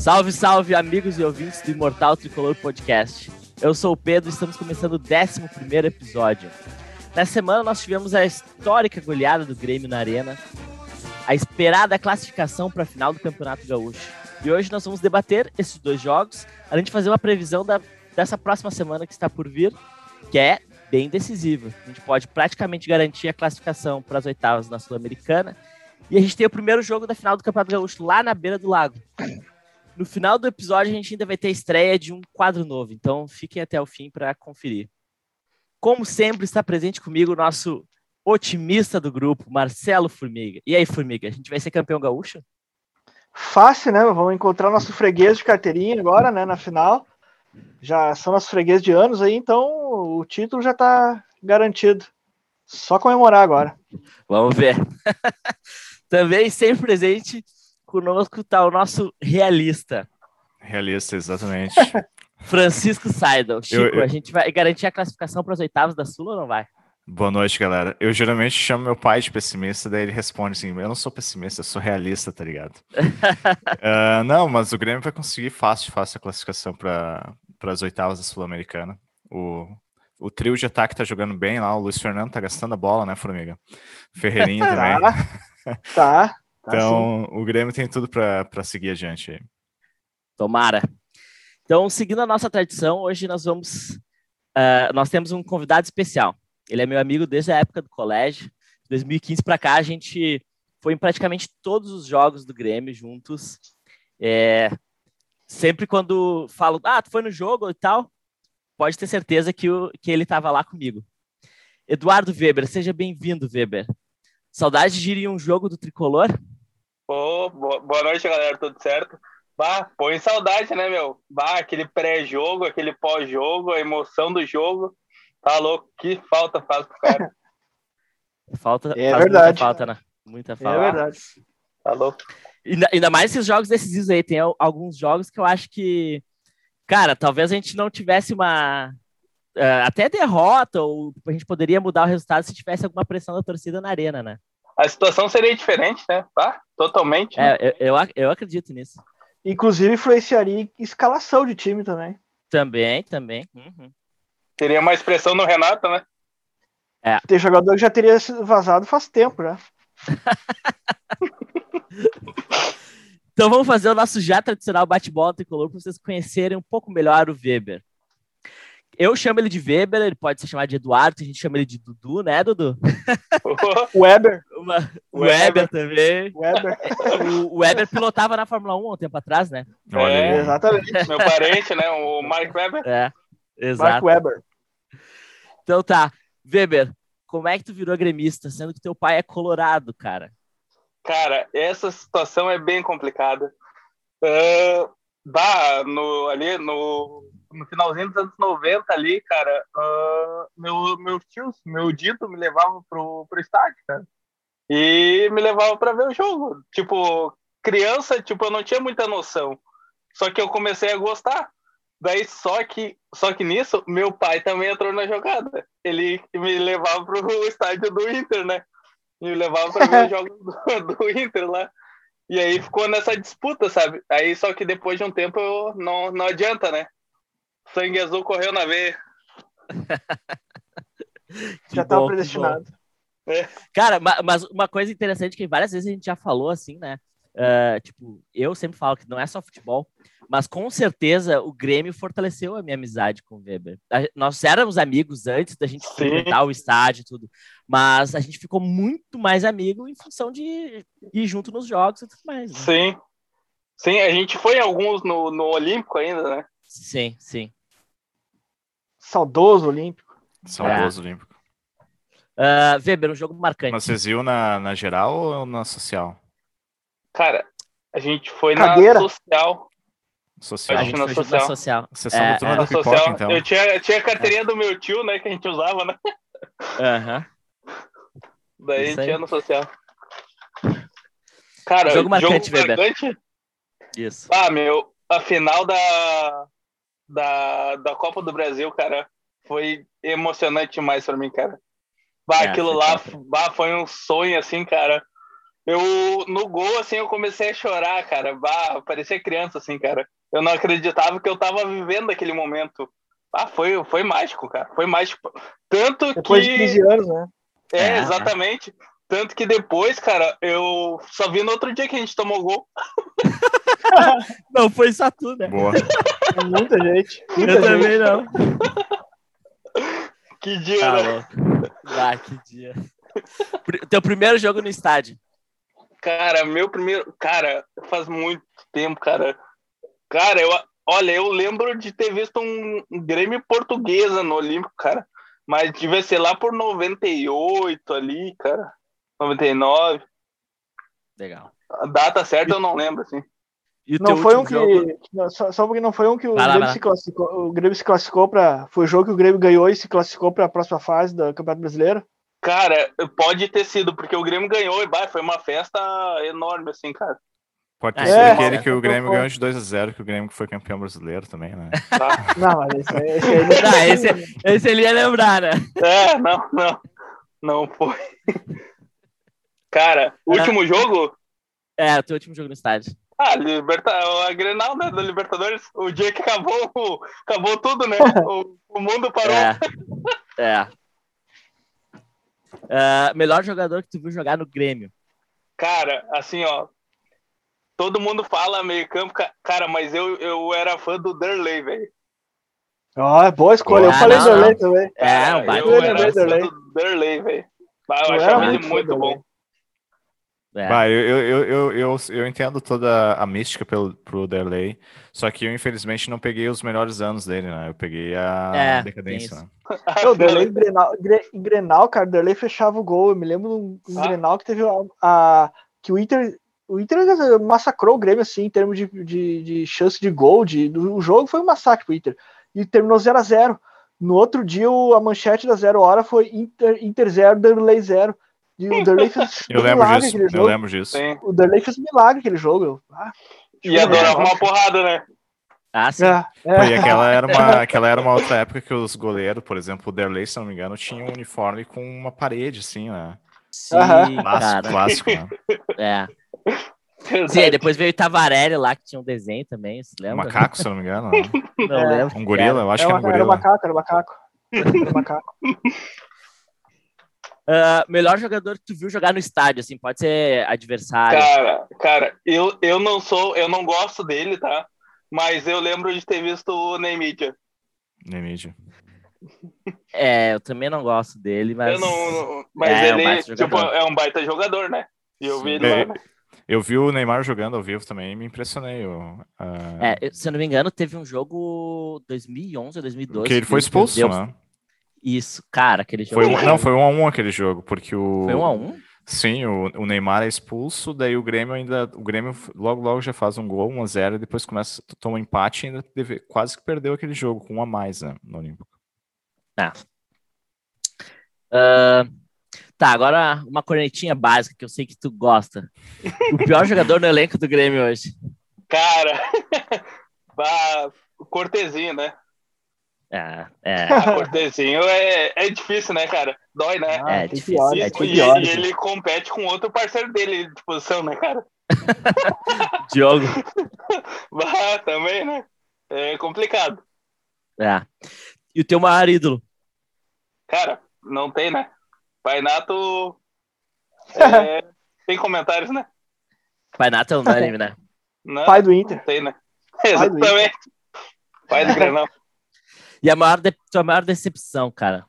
Salve, salve, amigos e ouvintes do Imortal Tricolor Podcast. Eu sou o Pedro e estamos começando o 11º episódio. Nessa semana nós tivemos a histórica goleada do Grêmio na Arena, a esperada classificação para a final do Campeonato Gaúcho. E hoje nós vamos debater esses dois jogos, além de fazer uma previsão dessa próxima semana que está por vir, que é bem decisiva. A gente pode praticamente garantir a classificação para as oitavas na Sul-Americana. E a gente tem o primeiro jogo da final do Campeonato Gaúcho lá na beira do lago. No final do episódio, a gente ainda vai ter a estreia de um quadro novo, então fiquem até o fim para conferir. Como sempre, está presente comigo o nosso otimista do grupo, Marcelo Formiga. E aí, Formiga, a gente vai ser campeão gaúcho? Fácil, né? Vamos encontrar nosso freguês de carteirinha agora, né? Na final. Já são nossos freguês de anos aí, então o título já está garantido. Só comemorar agora. Vamos ver. Também sempre presente conosco está o nosso realista. Realista, exatamente. Francisco Seidel. Chico, a gente vai garantir a classificação para as oitavas da Sul ou não vai? Boa noite, galera. Eu geralmente chamo meu pai de pessimista, daí ele responde assim, eu não sou pessimista, eu sou realista, tá ligado? Não, mas o Grêmio vai conseguir fácil a classificação para as oitavas da Sul-Americana. O trio de ataque tá jogando bem lá, o Luiz Fernando tá gastando a bola, né, Formiga? Ferreirinha também. Tá. Então, o Grêmio tem tudo para seguir adiante aí. Tomara. Então, seguindo a nossa tradição, hoje nós temos um convidado especial. Ele é meu amigo desde a época do colégio. De 2015 para cá, a gente foi em praticamente todos os jogos do Grêmio juntos. Sempre quando falo, tu foi no jogo e tal, pode ter certeza que ele estava lá comigo. Eduardo Weber, seja bem-vindo, Weber. Saudade de ir em um jogo do Tricolor? Boa noite, galera, tudo certo? Põe saudade, né, meu? Aquele pré-jogo, aquele pós-jogo, a emoção do jogo. Tá louco, que falta faz pro cara. Faz verdade. Muita falta, né? Muita falta. É verdade. Tá louco. Ainda mais esses jogos decisivos aí. Tem alguns jogos que eu acho que, cara, talvez a gente não tivesse uma até derrota, ou a gente poderia mudar o resultado se tivesse alguma pressão da torcida na arena, né? A situação seria diferente, né? Totalmente. Né? Eu acredito nisso. Inclusive influenciaria em escalação de time também. Também. Uhum. Teria mais pressão no Renato, né? Tem jogador que já teria sido vazado faz tempo, né? Então vamos fazer o nosso já tradicional bate-bola tricolor para vocês conhecerem um pouco melhor o Weber. Eu chamo ele de Weber, ele pode ser chamado de Eduardo, a gente chama ele de Dudu, né, Dudu? Weber. Weber também. Weber. O Weber pilotava na Fórmula 1 há um tempo atrás, né? Exatamente. Meu parente, né? O Mark Webber. Exato. Mark Webber. Então tá. Weber, como é que tu virou gremista, sendo que teu pai é colorado, cara? Cara, essa situação é bem complicada. No finalzinho dos anos 90 ali, cara, meu dito me levava pro estádio, cara. E me levava para ver o jogo. Tipo, criança, eu não tinha muita noção. Só que eu comecei a gostar. Daí, só que nisso, meu pai também entrou na jogada. Ele me levava pro estádio do Inter, né? Me levava para ver os jogos do Inter lá. E aí ficou nessa disputa, sabe? Aí, só que depois de um tempo, não adianta, né? Sangue azul correu na veia. Já estava predestinado. Cara, mas uma coisa interessante que várias vezes a gente já falou assim, né? Eu sempre falo que não é só futebol, mas com certeza o Grêmio fortaleceu a minha amizade com o Weber. Nós éramos amigos antes da gente frequentar o estádio e tudo, mas a gente ficou muito mais amigo em função de ir junto nos jogos e tudo mais. Né? Sim, a gente foi em alguns no Olímpico ainda, né? Sim. Saudoso Olímpico. Olímpico. Weber, um jogo marcante. Mas vocês viram na geral ou na social? Cara, a gente foi Cadeira. na social. A gente foi na social. Sessão do turno da pipoca, social. então. Eu tinha a carteirinha do meu tio, né, que a gente usava, né? Daí a gente ia no social. Cara, jogo marcante, Weber. Isso. A final da Copa do Brasil, cara, foi emocionante demais pra mim, cara. Aquilo lá foi um sonho, assim, cara. no gol, assim, eu comecei a chorar, cara. Bah, parecia criança, assim, cara. Eu não acreditava que eu tava vivendo aquele momento. Ah, foi mágico, cara. Foi mágico. Tanto Depois que... de 15 anos, né? Exatamente. Tanto que depois, cara, eu só vi no outro dia que a gente tomou gol. Não foi só tu, né? Boa. Muita gente. Muita Eu gente. também não. Que dia, Tá né? louco. Ah, que dia. Teu primeiro jogo no estádio. Cara, meu primeiro... Cara, faz muito tempo, cara. Cara, olha, eu lembro de ter visto um Grêmio Portuguesa no Olímpico, cara. Mas devia ser lá por 98 ali, cara. 99. Legal. A data certa eu não lembro, assim. E o Não teu foi último um que. jogo? Não, só porque não foi um que o Vai lá, Grêmio vai lá. se classificou. O Grêmio se classificou para. Foi o jogo que o Grêmio ganhou e se classificou para a próxima fase do Campeonato Brasileiro. Cara, pode ter sido, porque o Grêmio ganhou e foi uma festa enorme, assim, cara. Pode ter É, sido é, aquele que o então Grêmio foi. ganhou de 2-0, que o Grêmio foi campeão brasileiro também, né? Tá? Não, mas esse aí não Não, esse ele ia lembrar, né? Não foi. Cara, último jogo? É, o teu último jogo no estádio. A Grenal, né, da Libertadores, o dia que acabou tudo, né? O mundo parou. É. Melhor jogador que tu viu jogar no Grêmio. Cara, assim, ó, todo mundo fala meio campo, cara, mas eu era fã do Derlei, velho. Ó, boa escolha. Eu Ah, falei não, Derlei não. também. É, um baita Eu era lembrei fã Derlei. do Derlei, velho. Eu Eu era achava ele muito fã muito do Derlei. bom. Bah, eu entendo toda a mística pro Derlei, só que eu infelizmente não peguei os melhores anos dele, né? Eu peguei a decadência, tem né? O Derlei em Grenal, cara, o Derlei fechava o gol. Eu me lembro em Grenal que teve que o Inter massacrou o Grêmio, assim, em termos de chance de gol. O jogo foi um massacre pro Inter. E terminou 0-0. No outro dia, a manchete da 0 hora foi Inter 0, Derlei 0. E o Derlei fez Eu um lembro milagre disso, aquele eu jogo. lembro disso. Sim. O Derlei fez um milagre aquele jogo. E adorava uma porrada, né? Ah, sim. Pô, e aquela era uma outra época que os goleiros, por exemplo, o Derlei, se não me engano, tinha um uniforme com uma parede, assim, né? Sim, cara. Clássico, né? É. Sim, aí depois veio o Tavarelli lá, que tinha um desenho também, se Um lembra? macaco, se não me engano, né? Não lembro. Um gorila, eu acho que era um Era gorila. macaco. Era macaco. Melhor jogador que tu viu jogar no estádio, assim, pode ser adversário. Cara, eu não gosto dele, tá? Mas eu lembro de ter visto o Nemídia. Nemídia. Eu também não gosto dele, mas... Mas é um ele baita tipo, jogador. é um baita jogador, né? E eu vi ele lá, né? Eu vi o Neymar jogando ao vivo também e me impressionei. Se eu não me engano, teve um jogo 2011 ou 2012. Que ele foi expulso, perdeu. né? Isso, cara, aquele jogo. Foi 1-1 aquele jogo, porque o... Foi 1-1? Sim, o Neymar é expulso, daí o Grêmio logo já faz um gol, 1-0, e depois toma um empate e ainda quase que perdeu aquele jogo com 1 a mais, né, no Olímpico. Tá, agora uma cornetinha básica que eu sei que tu gosta. O pior jogador no elenco do Grêmio hoje. Cara, o Cortezinho, né? Cortezinho é difícil, né, cara? Dói, né? É difícil. E ele compete com outro parceiro dele de posição, né, cara? Diogo. Também, né? É complicado. E o teu maior ídolo? Cara, não tem, né? Painato tem comentários, né? Painato é unânime, né? Não, Pai do Inter. Não tem, né? Exatamente. Pai do Grenal. E a tua maior decepção, cara?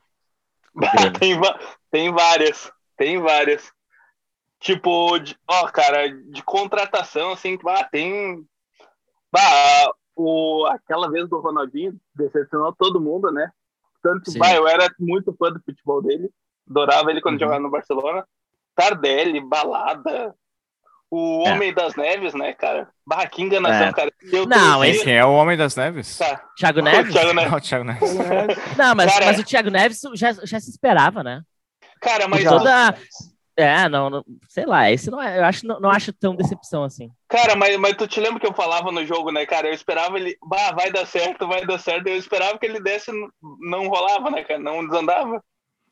Tem várias. Tipo, cara, de contratação, assim, tem... aquela vez do Ronaldinho decepcionou todo mundo, né? Tanto que, eu era muito fã do futebol dele, adorava ele quando jogava no Barcelona. Tardelli, Balada, o Homem das Neves, né, cara? Que enganação, cara. Quem é o Homem das Neves? Thiago Neves? Não, Thiago Neves. Não, mas o Thiago Neves já se esperava, né? Cara, mas não, sei lá, esse não é, não acho tão decepção assim. Cara, mas tu te lembra que eu falava no jogo, né, cara? Eu esperava ele, vai dar certo, eu esperava que ele desse, não rolava, né, cara? Não desandava.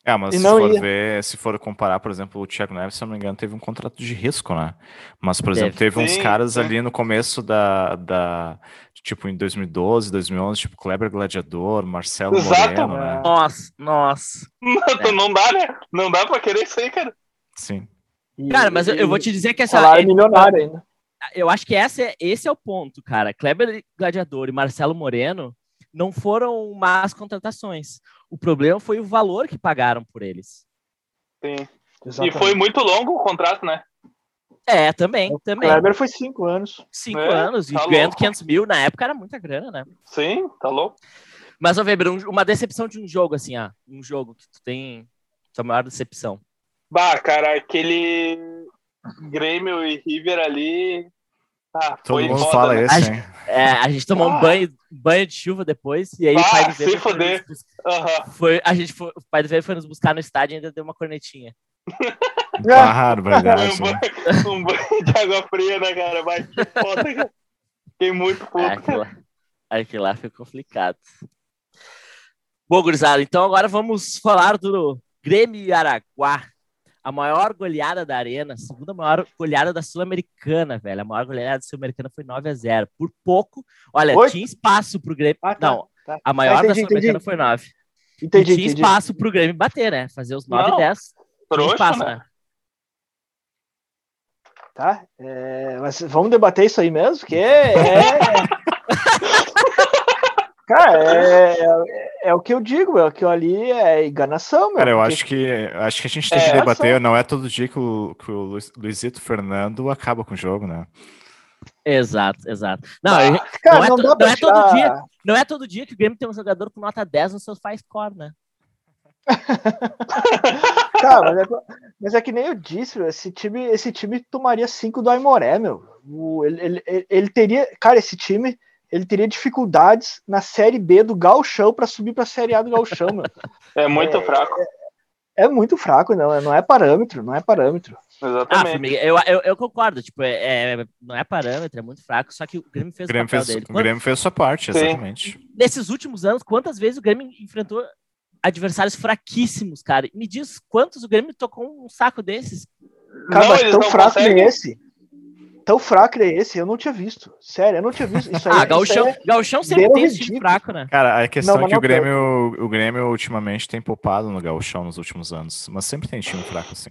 Mas E se não for ia. ver, se for comparar, por exemplo, o Thiago Neves, se eu não me engano, teve um contrato de risco, né? Mas, por exemplo, teve uns Sim, caras sim. ali no começo tipo, em 2012, 2011, tipo, Kleber Gladiador, Marcelo Exato. Moreno, né? Nossa. Não dá, né? Não dá pra querer isso aí, cara. Sim. Cara, mas eu vou te dizer que essa. Salário milionário ainda. Eu acho que esse é o ponto, cara. Kleber Gladiador e Marcelo Moreno não foram más contratações. O problema foi o valor que pagaram por eles. Sim. Exatamente. E foi muito longo o contrato, né? Também. O Kleber foi 5 anos. 5 anos, e tá ganhando louco. 500 mil, na época era muita grana, né? Sim, tá louco. Mas, Weber, uma decepção de um jogo, assim, um jogo que tu tem sua maior decepção. Bah, cara, aquele Grêmio e River ali... Todo foi mundo foda, fala né? esse, hein? A gente tomou um banho de chuva depois, e aí o pai do se Weber fuder. o pai do Weber foi nos buscar no estádio e ainda deu uma cornetinha. Barbaridade. Um banho de água fria, né, cara? Mas que foda, cara. Fiquei muito puto. Aquilo lá foi complicado. Bom, gurizada, então agora vamos falar do Grêmio e Araguá. A maior goleada da Arena, a segunda maior goleada da Sul-Americana, velho. A maior goleada da Sul-Americana foi 9-0. Por pouco, olha, 8? tinha espaço pro Grêmio. Tá. Não, a maior da Sul-Americana foi 9. Entendi. Tinha espaço pro Grêmio bater, né? Fazer os 9 e 10. Tinha espaço, né? Tá? Mas vamos debater isso aí mesmo? Porque cara, é o que eu digo, é o que eu ali é enganação, meu. Cara, eu acho que a gente tem que debater, não é todo dia que o Luizito Fernando acaba com o jogo, né? Exato. Não, cara, não é todo dia que o Grêmio tem um jogador com nota 10 no seu faz score, né? Cara, mas é que nem eu disse, esse time tomaria 5 do Aimoré, meu. Ele teria, cara, esse time, ele teria dificuldades na Série B do Gauchão para subir para a Série A do Gauchão, meu. É muito fraco. É muito fraco, não é parâmetro. Exatamente. Eu concordo, tipo, não é parâmetro, é muito fraco, só que o Grêmio fez o papel dele. O Grêmio fez sua parte, exatamente. Nesses últimos anos, quantas vezes o Grêmio enfrentou adversários fraquíssimos, cara? Me diz quantos o Grêmio tocou um saco desses? Cara, mas tão fraco nem esse. Tão fraco é esse, eu não tinha visto. Sério, eu não tinha visto. Isso aí, Gauchão sempre tem esse time fraco, né? Cara, a questão é que o Grêmio ultimamente tem poupado no Gauchão nos últimos anos, mas sempre tem time fraco assim.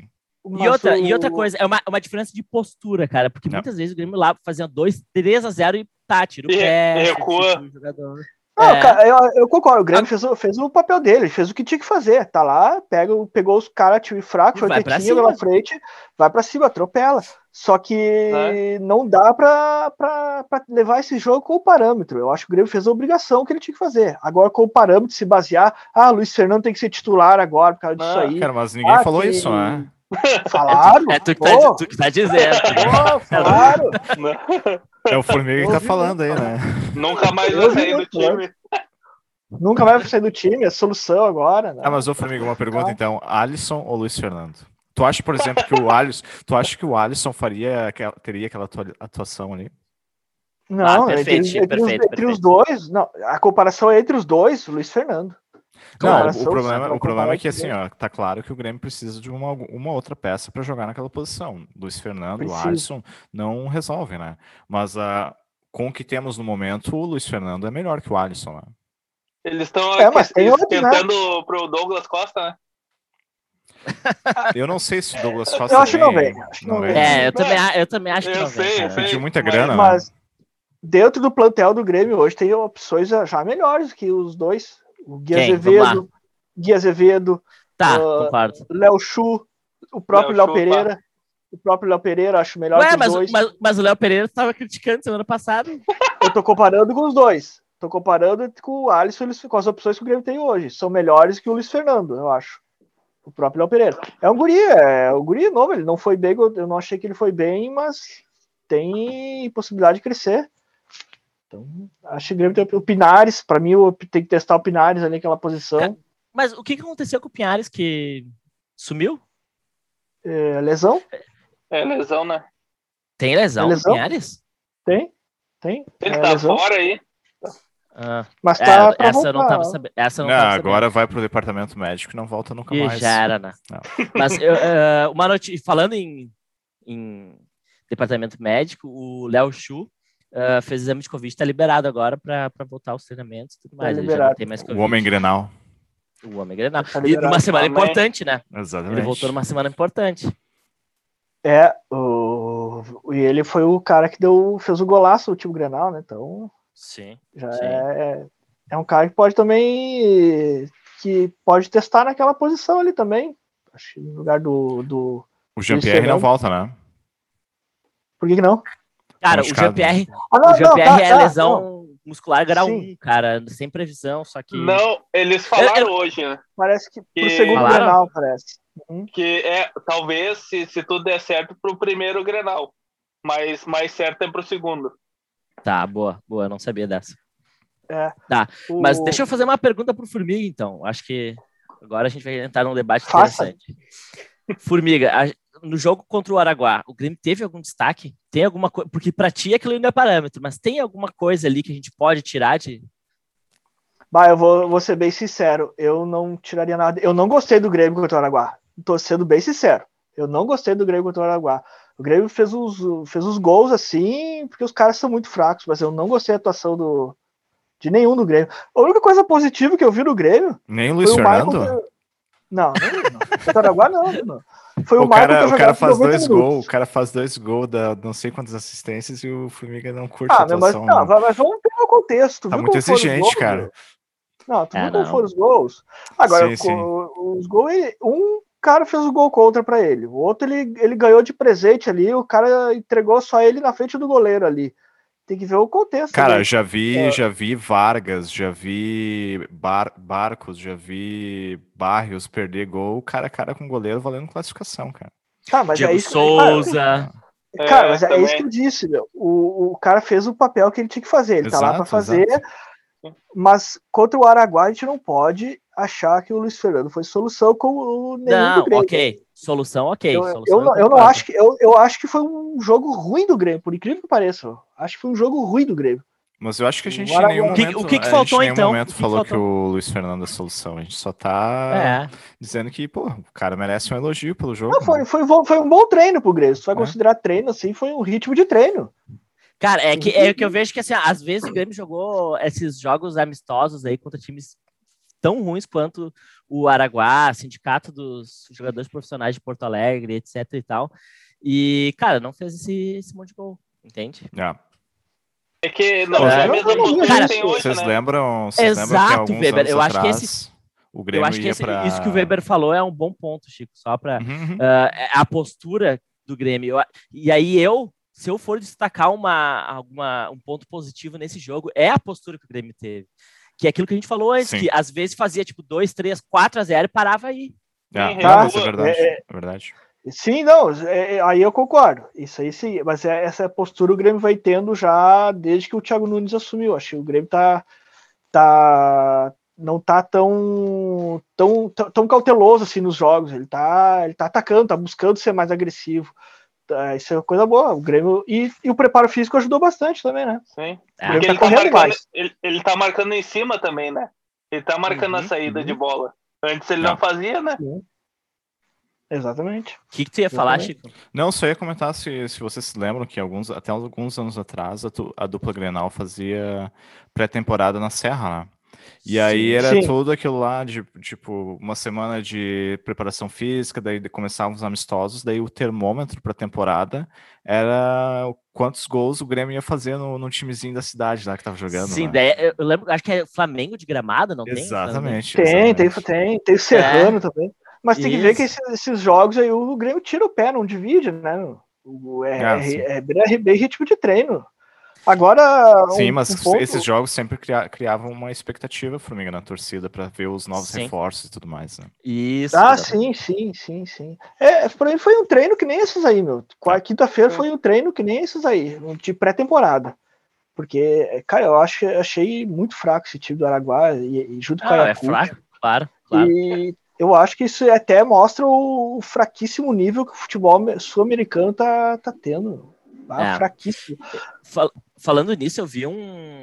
E outra coisa, é uma diferença de postura, cara, porque muitas vezes o Grêmio lá fazia 3-0 e tira o pé, recua. O jogador. Não, cara, eu concordo, o Grêmio fez o papel dele, fez o que tinha que fazer, tá lá, pegou os caras, time fraco, foi que tinha pela frente, vai pra cima, atropela. Só que não dá pra levar esse jogo com o parâmetro. Eu acho que o Grêmio fez a obrigação que ele tinha que fazer. Agora, com o parâmetro, se basear, Luiz Fernando tem que ser titular agora por causa disso aí. Cara, mas ninguém falou isso, né? Falaram? Tu que tá dizendo. Falaram. É o Formiga que tá falando aí, né? Nunca mais vai sair do time. Nunca mais vai sair do time, é solução agora. Né? Mas, Formiga, uma pergunta então. Alisson ou Luiz Fernando? Tu acha, por exemplo, que o Alisson teria aquela atuação ali? Não, entre os dois, não, a comparação é entre os dois, Luiz Fernando. Não, o problema é que assim, tá claro que o Grêmio precisa de uma outra peça para jogar naquela posição. Luiz Fernando, o Alisson não resolve, né? Mas com o que temos no momento, o Luiz Fernando é melhor que o Alisson, né? Eles estão tentando pro Douglas Costa, né? Eu não sei se o Douglas Costa eu acho que não vem. Eu também acho que não vem. Pediu muita grana, mas dentro do plantel do Grêmio hoje tem opções já melhores que os dois. O Gui Azevedo, concordo. Léo Chu, o próprio Léo Pereira. O próprio Léo Pereira, acho melhor que os dois. Mas o Léo Pereira estava criticando semana passada. Eu tô comparando com os dois. Tô comparando com o Alisson com as opções que o Grêmio tem hoje. São melhores que o Luiz Fernando, eu acho. O próprio Léo Pereira. É um guri novo, ele não foi bem, eu não achei que ele foi bem, mas tem possibilidade de crescer. Então, acho que o Grêmio tem o Pinares, pra mim tem que testar o Pinares ali naquela posição. Mas o que aconteceu com o Pinares que sumiu? Lesão? Lesão, né? Tem lesão no Pinares? Tem. Ele tá lesão. fora aí. Mas tá pra essa eu não voltar. tava sabendo. Essa eu não Não, tava sabendo. agora vai pro departamento médico e não volta nunca E mais. já era, né? Não. Mas uma notícia, falando em departamento médico, o Léo Chu fez exame de Covid, tá liberado agora para voltar aos treinamentos e tudo mais. Ele já não tem mais O Covid. homem Grenal. O homem Grenal. Tá E numa semana Amém. importante, né? Exatamente. Ele voltou numa semana importante. E ele foi o cara que fez o golaço do último Grenal, né? Então, Sim. já sim. é um cara que pode também testar naquela posição ali também. Acho que no lugar do O Jean-Pierre não volta, né? Por que não? Cara, Tá o Jean-Pierre Tá, é lesão muscular grau Sim. 1, cara, sem previsão, só que... Não, eles falaram hoje, né? Parece que pro Que- segundo Falaram? Grenal, parece. Que talvez, se tudo der certo, pro primeiro Grenal. Mas mais certo é pro segundo. Tá, boa, eu não sabia dessa. É. Mas deixa eu fazer uma pergunta pro Formiga, então. Acho que agora a gente vai entrar num debate Faça. interessante. Formiga, no jogo contra o Araguá, o Grêmio teve algum destaque? Tem alguma coisa? Porque pra ti aquilo não é parâmetro, mas tem alguma coisa ali que a gente pode tirar de... Eu vou ser bem sincero, eu não tiraria nada. Eu não gostei do Grêmio contra o Araguá. Tô sendo bem sincero. Eu não gostei do Grêmio contra o Araguá. O Grêmio fez os gols assim, porque os caras são muito fracos, mas eu não gostei da atuação de nenhum do Grêmio. A única coisa positiva que eu vi no Grêmio Nem o Luiz foi o Fernando? Michael. Não. Contra o Araguá, não. Foi o O Michael cara, que o cara faz 90 dois minutos. gols, o cara faz 2 gols, dá não sei quantas assistências e o Formiga não curte a Mas, atuação. mas vamos pegar o contexto. Tá Viu muito como foram os exigente, gols, cara. meu? Não, tu viu É, como não. foram os gols? Agora, Sim. os gols, um cara fez o gol contra pra ele. O outro, ele ganhou de presente ali, o cara entregou só ele na frente do goleiro ali. Tem que ver o contexto. Cara, também. já vi Vargas, já vi Barcos, já vi Barrios perder gol, cara a cara com o goleiro valendo classificação, cara. Tá, mas Diego é isso Souza... Cara, mas é também. isso que eu disse, meu. O cara fez o papel que ele tinha que fazer. Ele tá lá pra Exato, fazer, exato. mas contra o Araguá a gente não pode achar que o Luiz Fernando foi solução com nenhum Não, do Grêmio. ok. Solução, ok. Eu Solução, não acho que eu acho que foi um jogo ruim do Grêmio, por incrível que pareça. Acho que foi um jogo ruim do Grêmio. Mas eu acho que a gente O em nenhum Araguá- momento, O que a faltou, gente em nenhum então? momento O que falou faltou? que o Luiz Fernando é a solução. A gente só tá É. dizendo que, pô, o cara merece um elogio pelo jogo. Não, foi um bom treino pro Grêmio. Se tu vai É. considerar treino, assim, foi um ritmo de treino. Cara, é que eu vejo que, assim, às vezes o Grêmio jogou esses jogos amistosos aí contra times tão ruins quanto o Araguá, Sindicato dos Jogadores Profissionais de Porto Alegre, etc e tal. E, cara, não fez esse monte de gol, entende? É que não É. é a mesma postura Cara, que tem hoje, Vocês né? lembram que Exato, alguns Weber. anos Eu acho que atrás o Grêmio Eu acho que ia pra... isso que o Weber falou é um bom ponto, Chico, só para Uhum. a postura do Grêmio. E aí se eu for destacar um ponto positivo nesse jogo, é a postura que o Grêmio teve. Que é aquilo que a gente falou antes, Sim. que às vezes fazia tipo 2, 3, 4-0 e parava aí. Não, Sim, mas é verdade. É verdade. Sim, não, aí eu concordo. Isso aí sim, mas essa postura o Grêmio vai tendo já desde que o Thiago Nunes assumiu. Acho que o Grêmio não tá tão cauteloso assim nos jogos. Ele tá atacando, tá buscando ser mais agressivo. Isso é uma coisa boa. O Grêmio e o preparo físico ajudou bastante também, né? Sim. É. Porque Ele tá correndo mais. ele tá marcando em cima também, né? Ele tá marcando a saída de bola. Antes ele não fazia, né? Exatamente. O que tu ia falar, Chico? Não, só ia comentar se vocês se lembram que até alguns anos atrás a dupla Grenal fazia pré-temporada na Serra, né? E aí era Sim. tudo aquilo lá de, tipo, uma semana de preparação física, daí começavam os amistosos, daí o termômetro pra temporada era quantos gols o Grêmio ia fazer no timezinho da cidade lá que tava jogando. Sim, né? daí, eu lembro, acho que é Flamengo de Gramado, não Exatamente. Tem o Serrano também. Mas tem que ver que Isso. esses jogos aí o Grêmio tira o pé, não divide, né? É bem ritmo de treino. Agora. Sim, mas esses jogos sempre criavam uma expectativa, Formiga, na torcida, pra ver os novos reforços e tudo mais, né? Isso. Sim. Pra mim foi um treino que nem esses aí, meu. Quinta-feira foi um treino que nem esses aí, de pré-temporada. Porque, cara, eu achei muito fraco esse time do Araguá e junto com o Ayacucho. É fraco, claro. E eu acho que isso até mostra o fraquíssimo nível que o futebol sul-americano tá tendo. Fraquíssimo. Falando nisso, eu vi um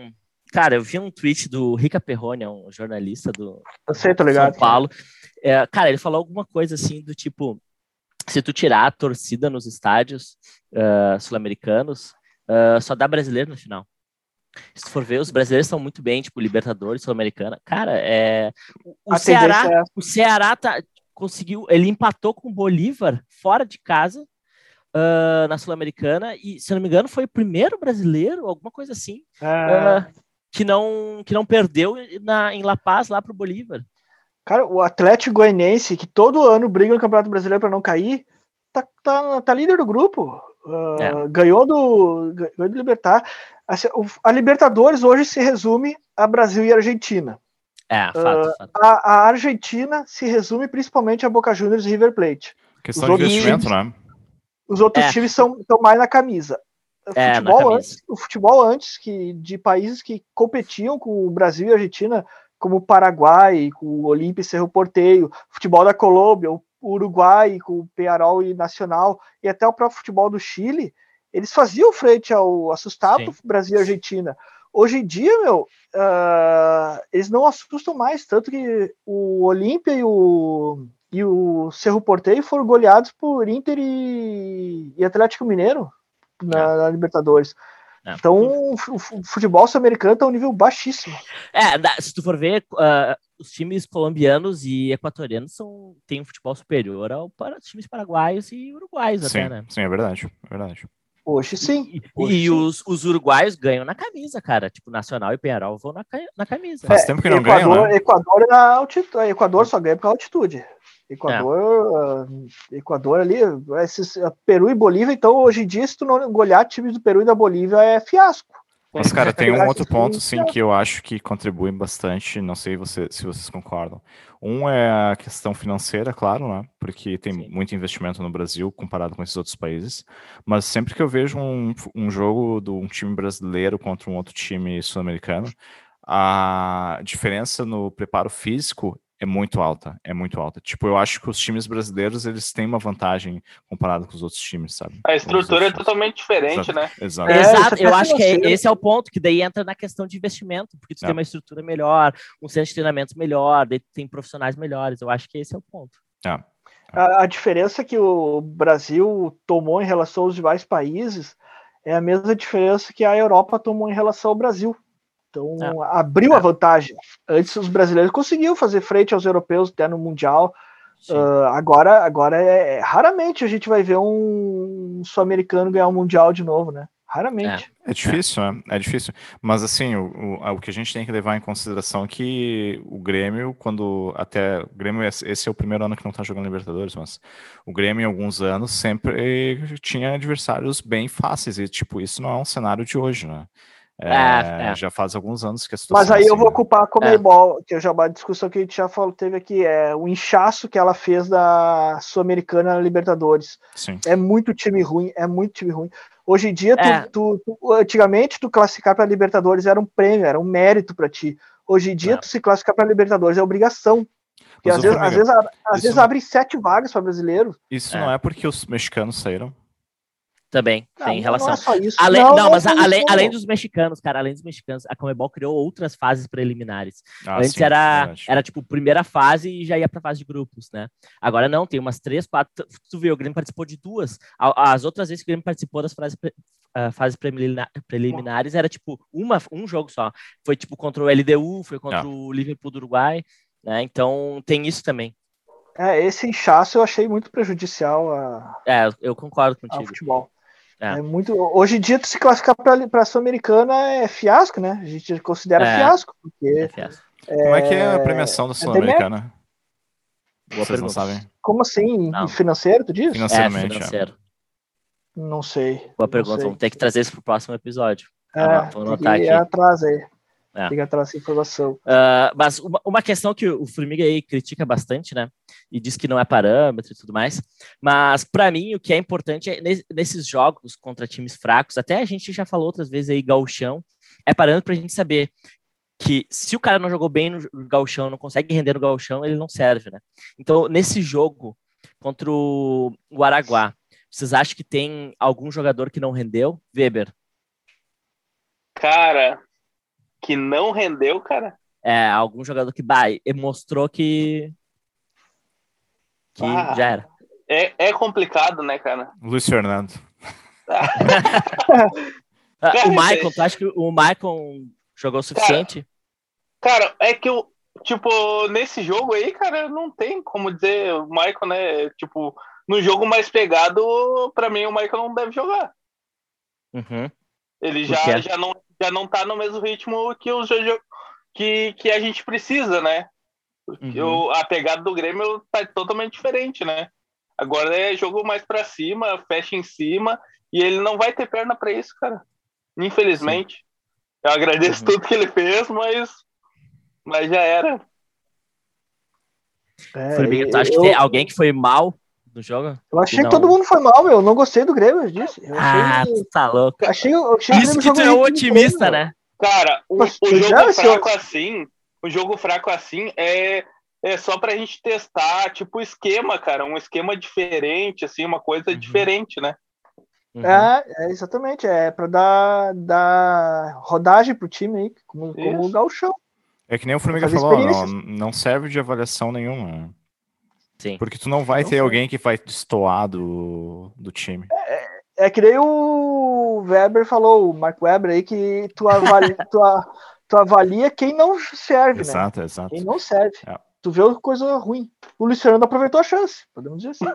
Cara, eu vi um tweet do Rica Perrone, um jornalista do Eu sei, tô ligado. São Paulo. Cara, ele falou alguma coisa assim do tipo, se tu tirar a torcida nos estádios sul-americanos, só dá brasileiro no final. Se tu for ver, os brasileiros estão muito bem, tipo, Libertadores, Sul-Americana. Cara, o Ceará conseguiu, ele empatou com o Bolívar fora de casa, na Sul-Americana, e, se eu não me engano, foi o primeiro brasileiro, alguma coisa assim, que não perdeu em La Paz lá pro Bolívar. Cara, o Atlético Goianiense, que todo ano briga no Campeonato Brasileiro para não cair, tá líder do grupo. Ganhou do Libertad. Assim, a Libertadores hoje se resume a Brasil e Argentina. Fato. A Argentina se resume principalmente a Boca Juniors e River Plate. Questão de investimento, né? Os outros times estão mais na camisa. O futebol antes de países que competiam com o Brasil e a Argentina, como o Paraguai, com o Olímpia e Cerro Porteño, futebol da Colômbia, o Uruguai com o Peñarol e Nacional, e até o próprio futebol do Chile, eles faziam frente ao assustado Brasil e Argentina. Hoje em dia, eles não assustam mais, tanto que o Olímpia e o Cerro Porteño foram goleados por Inter e Atlético Mineiro na Libertadores. Então, o futebol sul-americano está a um nível baixíssimo. Se tu for ver, os times colombianos e equatorianos têm um futebol superior aos times paraguaios e uruguaios até, né? Sim, é verdade. Hoje sim. Os uruguaios ganham na camisa, cara. Tipo, Nacional e Peñarol vão na camisa. Faz tempo que não ganham, né? Equador só ganha por altitude. Equador ali, Peru e Bolívia, então hoje em dia, se tu não golear times do Peru e da Bolívia, é fiasco. Mas, cara, tem um outro ponto, sim, que eu acho que contribui bastante, não sei se vocês concordam. Um é a questão financeira, claro, né? Porque tem muito investimento no Brasil comparado com esses outros países. Mas sempre que eu vejo um jogo de um time brasileiro contra um outro time sul-americano, a diferença no preparo físico é muito alta. Tipo, eu acho que os times brasileiros, eles têm uma vantagem comparado com os outros times, sabe? A estrutura é totalmente diferente, né? Exato. Eu acho que esse é o ponto, que daí entra na questão de investimento, porque tu tem uma estrutura melhor, um centro de treinamento melhor, daí tu tem profissionais melhores. Eu acho que esse é o ponto. A diferença que o Brasil tomou em relação aos demais países é a mesma diferença que a Europa tomou em relação ao Brasil. Então, abriu a vantagem. Antes, os brasileiros conseguiam fazer frente aos europeus até no Mundial. Agora raramente a gente vai ver um sul-americano ganhar um Mundial de novo, né? Raramente. É difícil, né? É difícil. Mas, assim, o que a gente tem que levar em consideração é que o Grêmio, o Grêmio, esse é o primeiro ano que não tá jogando Libertadores, mas o Grêmio, em alguns anos, sempre tinha adversários bem fáceis. E, tipo, isso não é um cenário de hoje, né? Já faz alguns anos que a situação. Mas aí eu vou culpar a Conmebol, que já uma discussão que a gente já teve aqui, o inchaço que ela fez da Sul-Americana na Libertadores. Sim. É muito time ruim. Hoje em dia, antigamente, tu classificar para Libertadores era um prêmio, era um mérito para ti. Hoje em dia, tu se classificar para Libertadores é obrigação. Porque às vezes abre 7 vagas para brasileiro. Isso não é porque os mexicanos saíram? Também tem relação. Não é só isso. Além dos mexicanos, cara, a Conmebol criou outras fases preliminares. Antes era tipo primeira fase e já ia pra fase de grupos, né? Agora não, tem umas 3, 4. Tu viu, o Grêmio participou de 2. As outras vezes que o Grêmio participou das fases preliminares era tipo um jogo só. Foi tipo contra o LDU, foi contra o Liverpool do Uruguai, né? Então tem isso também. Esse inchaço eu achei muito prejudicial eu concordo contigo. Ao futebol. Hoje em dia, tu se classificar para a Sul-Americana é fiasco, né? A gente considera fiasco. Porque, fiasco. Como é que é a premiação da Sul-Americana? Vocês não sabem? Como assim? Não. Financeiro, tu diz? Financeiramente. Financeiro. Não sei. Boa pergunta. Vamos ter que trazer isso pro próximo episódio. Vou anotar aqui. Atrás aí. Tem que atrás essa informação. Mas uma questão que o Formiga aí critica bastante, né? E diz que não é parâmetro e tudo mais. Mas, para mim, o que é importante é nesses jogos contra times fracos, até a gente já falou outras vezes aí, gauchão, é parâmetro pra gente saber que se o cara não jogou bem no gauchão, não consegue render no gauchão, ele não serve, né? Então, nesse jogo contra o Araguá, vocês acham que tem algum jogador que não rendeu? Weber? Cara, que não rendeu, cara. Algum jogador que mostrou que já era. É complicado, né, cara? Luiz Fernando. O Maicon, tu acha que o Maicon jogou o suficiente? Cara, é que tipo, nesse jogo aí, cara, não tem como dizer o Maicon, né? Tipo, no jogo mais pegado, pra mim, o Maicon não deve jogar. Uhum. Ele já não tá no mesmo ritmo que a gente precisa, né? A pegada do Grêmio tá totalmente diferente, né? Agora é jogo mais pra cima, fecha em cima, e ele não vai ter perna pra isso, cara. Infelizmente. Sim. Eu agradeço tudo que ele fez, mas já era. Formiga, tu acha que tem alguém que foi mal no jogo? Eu achei que todo mundo foi mal, meu. Eu não gostei do Grêmio, eu disse. Tu tá louco. Achei isso que tu é um otimista, Grêmio, né? Cara, o jogo fraco assim é só pra gente testar, tipo, o esquema, cara. Um esquema diferente, assim, uma coisa diferente, né? Exatamente. É pra dar rodagem pro time aí, como o Gauchão. É que nem o Formiga falou, não serve de avaliação nenhuma. Sim. Porque tu não vai ter alguém que vai destoar do time. É que nem o Weber falou, o Mark Weber aí, que tu avalia quem não serve, exato, né? Exato. Quem não serve. Tu vê coisa ruim. O Luiz Fernando aproveitou a chance, podemos dizer assim.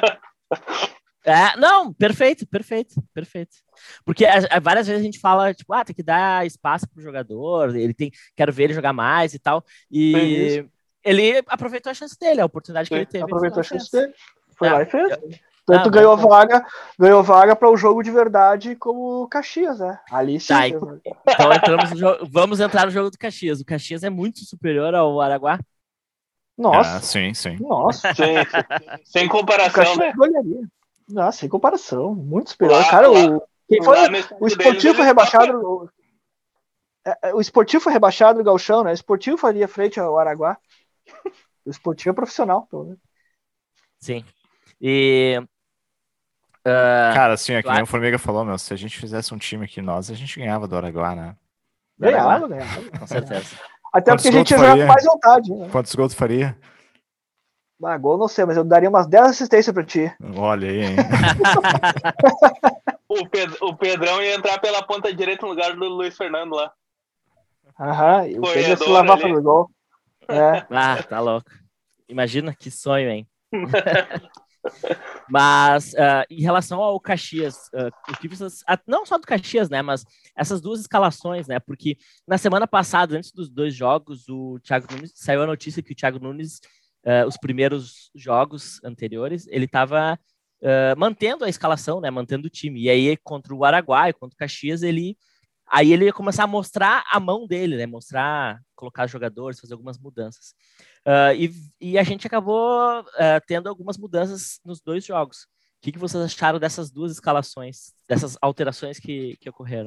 Não, perfeito. Porque várias vezes a gente fala, tipo, tem que dar espaço pro jogador, quero ver ele jogar mais e tal. E ele aproveitou a chance dele, a oportunidade que ele teve. Aproveitou a chance dele. Foi lá e fez. Tanto ganhou vaga para o jogo de verdade como o Caxias, né? Ali sim. Então vamos entrar no jogo do Caxias. O Caxias é muito superior ao Araguá. Nossa. Sim. Nossa. Sem comparação, né? Nossa, sem comparação. Muito superior. Cara, quem foi o Esportivo foi rebaixado. O Esportivo foi rebaixado do Gauchão, né? O Esportivo faria frente ao Araguá. O Esportivo é profissional, pelo menos. Sim. E... cara, assim, é que nem o Formiga falou, meu, se a gente fizesse um time aqui nós, a gente ganhava do Araguá, né? Ganhava. Com certeza. Até porque a gente ia jogar com mais vontade. Né? Quantos gols tu faria? Gol não sei, mas eu daria umas 10 assistências pra ti. Olha aí, hein? O Pedrão ia entrar pela ponta direita no lugar do Luiz Fernando lá. E o Pedro ia se lavar pelo gol. Tá louco. Imagina que sonho, hein? Mas em relação ao Caxias, o que vocês, não só do Caxias, né, mas essas duas escalações, né, porque na semana passada, antes dos dois jogos, o Thiago Nunes, saiu a notícia que o Thiago Nunes, os primeiros jogos anteriores, ele estava mantendo a escalação, né, mantendo o time, e aí contra o Araguá e contra o Caxias, ele ia começar a mostrar a mão dele, né, colocar jogadores, fazer algumas mudanças. E a gente acabou tendo algumas mudanças nos dois jogos. O que vocês acharam dessas duas escalações, dessas alterações que ocorreram?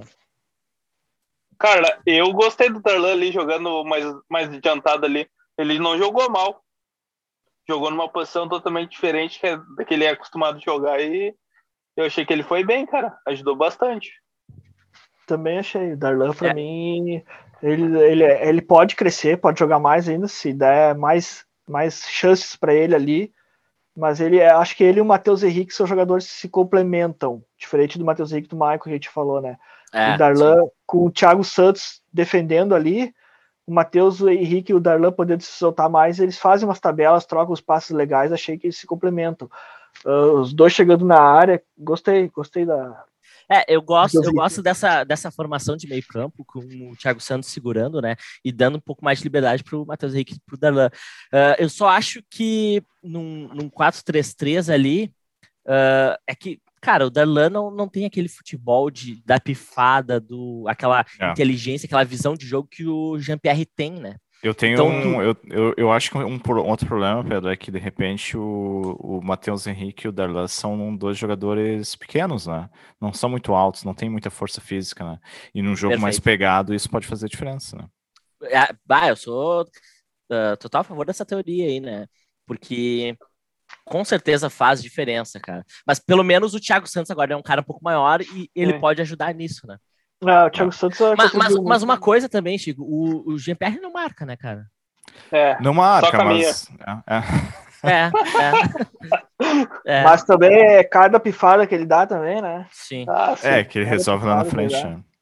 Cara, eu gostei do Darlan ali jogando mais adiantado ali. Ele não jogou mal. Jogou numa posição totalmente diferente da que ele é acostumado a jogar e eu achei que ele foi bem, cara. Ajudou bastante. Também achei. O Darlan, pra mim, ele pode crescer, pode jogar mais ainda, se der mais chances para ele ali. Mas acho que ele e o Matheus Henrique são jogadores que se complementam. Diferente do Matheus Henrique e do Maicon que a gente falou, né? O Darlan, com o Thiago Santos defendendo ali, o Matheus Henrique e o Darlan podendo se soltar mais, eles fazem umas tabelas, trocam os passes legais, achei que eles se complementam. Os dois chegando na área, gostei da... Eu gosto dessa formação de meio campo, com o Thiago Santos segurando, né, e dando um pouco mais de liberdade para o Matheus Henrique e para o Darlan. Eu só acho que num 4-3-3 ali, é que, cara, o Darlan não tem aquele futebol da pifada, aquela inteligência, aquela visão de jogo que o Jean-Pierre tem, né? Eu tenho eu acho que outro problema, Pedro, é que de repente o Matheus Henrique e o Darlan são dois jogadores pequenos, né? Não são muito altos, não tem muita força física, né? E num jogo mais pegado, isso pode fazer diferença, né? Eu sou total a favor dessa teoria aí, né? Porque com certeza faz diferença, cara. Mas pelo menos o Thiago Santos agora é um cara um pouco maior e ele pode ajudar nisso, né? O Thiago Santos mas uma coisa também, Chico, o Jean-Pierre não marca, né, cara? Não marca, mas... Mas também é cada pifada que ele dá também, né? Sim. sim. Que ele resolve lá na frente.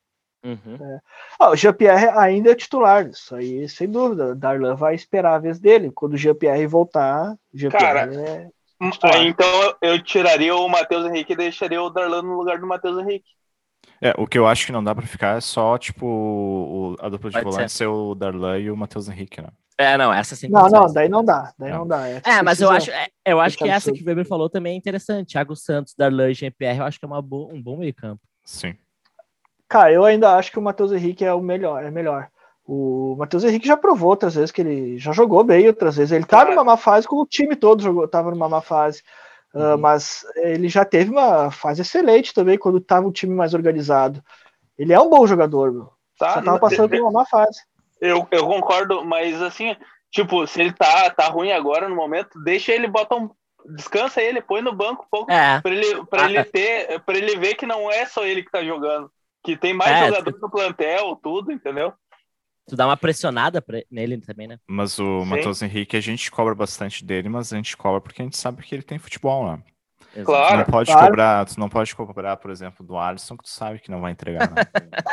O Jean-Pierre ainda é titular, isso aí sem dúvida. O Darlan vai esperar a vez dele. Quando o Jean-Pierre voltar, o Jean-Pierre é titular. Então eu tiraria o Matheus Henrique e deixaria o Darlan no lugar do Matheus Henrique. O que eu acho que não dá pra ficar é só, tipo, a dupla de volante ser o Darlan e o Matheus Henrique, né? Não, essa sim. Não, daí não dá. Mas eu acho que essa que o Weber falou também é interessante. Thiago Santos, Darlan e Jean-Pierre, eu acho que é um bom meio campo. Sim. Cara, eu ainda acho que o Matheus Henrique é melhor. O Matheus Henrique já provou outras vezes que ele já jogou bem, outras vezes. Ele tá numa má fase, como o time todo tava numa má fase. Mas ele já teve uma fase excelente também, quando tava um time mais organizado. Ele é um bom jogador, meu. Só tava passando por uma má fase. Eu concordo, mas assim, tipo, se ele tá ruim agora no momento, deixa ele, descansa ele, põe no banco um pouco, pra ele ver que não é só ele que tá jogando, que tem mais jogadores no plantel, tudo, entendeu? Tu dá uma pressionada nele também, né? Mas o Matheus Henrique, a gente cobra bastante dele, mas a gente cobra porque a gente sabe que ele tem futebol, né? Claro. Tu não pode cobrar, por exemplo, do Alisson, que tu sabe que não vai entregar, né?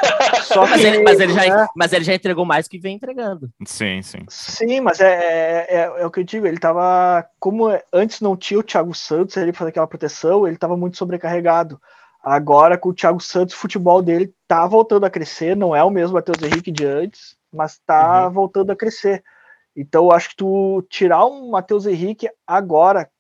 Mas ele já entregou mais que vem entregando. Sim. Sim, mas é o que eu digo, ele tava, como antes não tinha o Thiago Santos, ele fazer aquela proteção, ele tava muito sobrecarregado. Agora, com o Thiago Santos, o futebol dele tá voltando a crescer, não é o mesmo Matheus Henrique de antes, mas tá voltando a crescer. Então, eu acho que tu tirar um Matheus Henrique agora,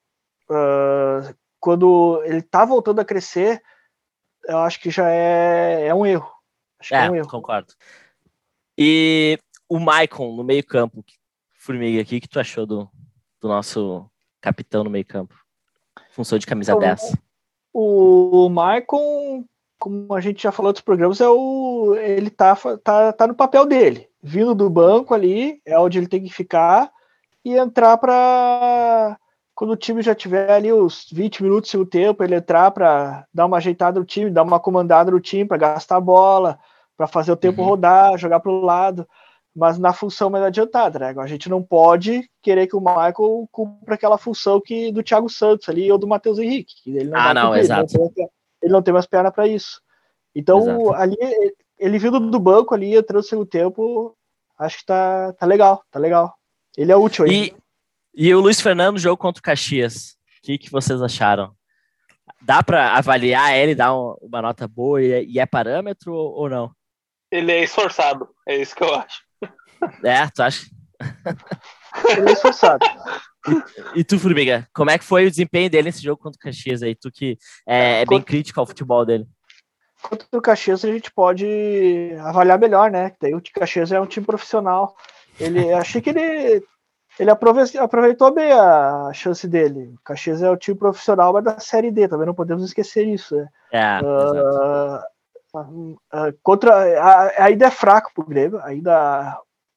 quando ele tá voltando a crescer, eu acho que já é um erro. Acho que é um erro. Concordo. E o Maicon no meio campo, Formiga, o que tu achou do nosso capitão no meio campo? Função de camisa 10. O Maicon, como a gente já falou dos programas, ele tá no papel dele. Vindo do banco ali, é onde ele tem que ficar e entrar para... Quando o time já tiver ali os 20 minutos do tempo, ele entrar para dar uma ajeitada no time, dar uma comandada no time, para gastar a bola, para fazer o tempo rodar, jogar para o lado, mas na função mais adiantada, né? A gente não pode querer que o Michael cumpra aquela função do Thiago Santos ali ou do Matheus Henrique. Ele não exato. Ele não tem mais perna para isso. Então, ali, ele vindo do banco ali, entrando no segundo tempo, acho que tá legal. Ele é útil aí. E o Luiz Fernando no jogo contra o Caxias, o que vocês acharam? Dá para avaliar ele, dar uma nota boa e é parâmetro ou não? Ele é esforçado, é isso que eu acho. Tu acha? Ele é esforçado. E tu, Formiga, como é que foi o desempenho dele nesse jogo contra o Caxias aí? Tu que é bem crítico ao futebol dele. Contra o Caxias a gente pode avaliar melhor, né? Daí o Caxias é um time profissional. Achei que ele aproveitou bem a chance dele. O Caxias é o time profissional, mas da Série D, também não podemos esquecer isso. Né? Ainda é fraco pro Grêmio, ainda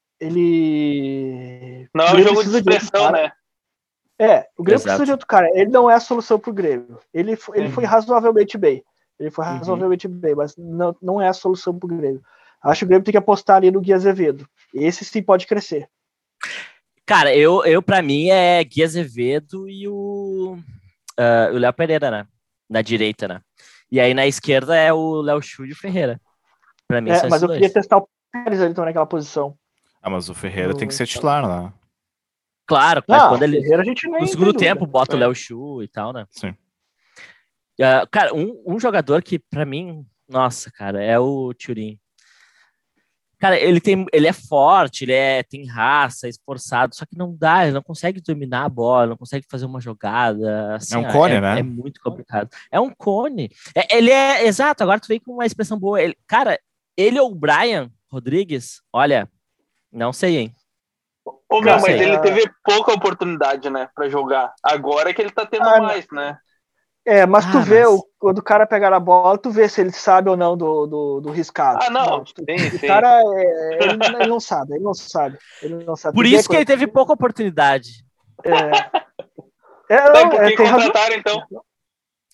ele... Não é um jogo de expressão, né? O Grêmio precisa de outro cara. Ele não é a solução pro Grêmio. Ele foi razoavelmente bem. Mas não é a solução pro Grêmio. Acho que o Grêmio tem que apostar ali no Gui Azevedo. Esse sim pode crescer. Cara, eu pra mim é Gui Azevedo e o Léo Pereira, né? Na direita, né? E aí na esquerda é o Léo Chu e o Ferreira. Pra mim são mas eu dois. queria testar o Pérez ali também naquela posição. Mas o Ferreira tem que ser titular, né? Claro, quando ele Ferreira, a gente nem no segundo tempo bota o Léo Chu e tal, né? Sim. Cara, um jogador que pra mim, nossa, cara, é o Thurin. Cara, ele é forte, tem raça, é esforçado, só que não dá, ele não consegue dominar a bola, não consegue fazer uma jogada. Assim, é um cone, né? É muito complicado. É um cone. Exato, agora tu veio com uma expressão boa. Ele ou o Brian Rodrigues, olha, não sei, hein? Mas ele teve pouca oportunidade, né, pra jogar. Agora é que ele tá tendo mais, né? Mas tu vê, quando o cara pegar a bola, tu vê se ele sabe ou não do riscado. Não. O cara, ele não sabe. Por isso que ele teve pouca oportunidade. Por que contrataram, então?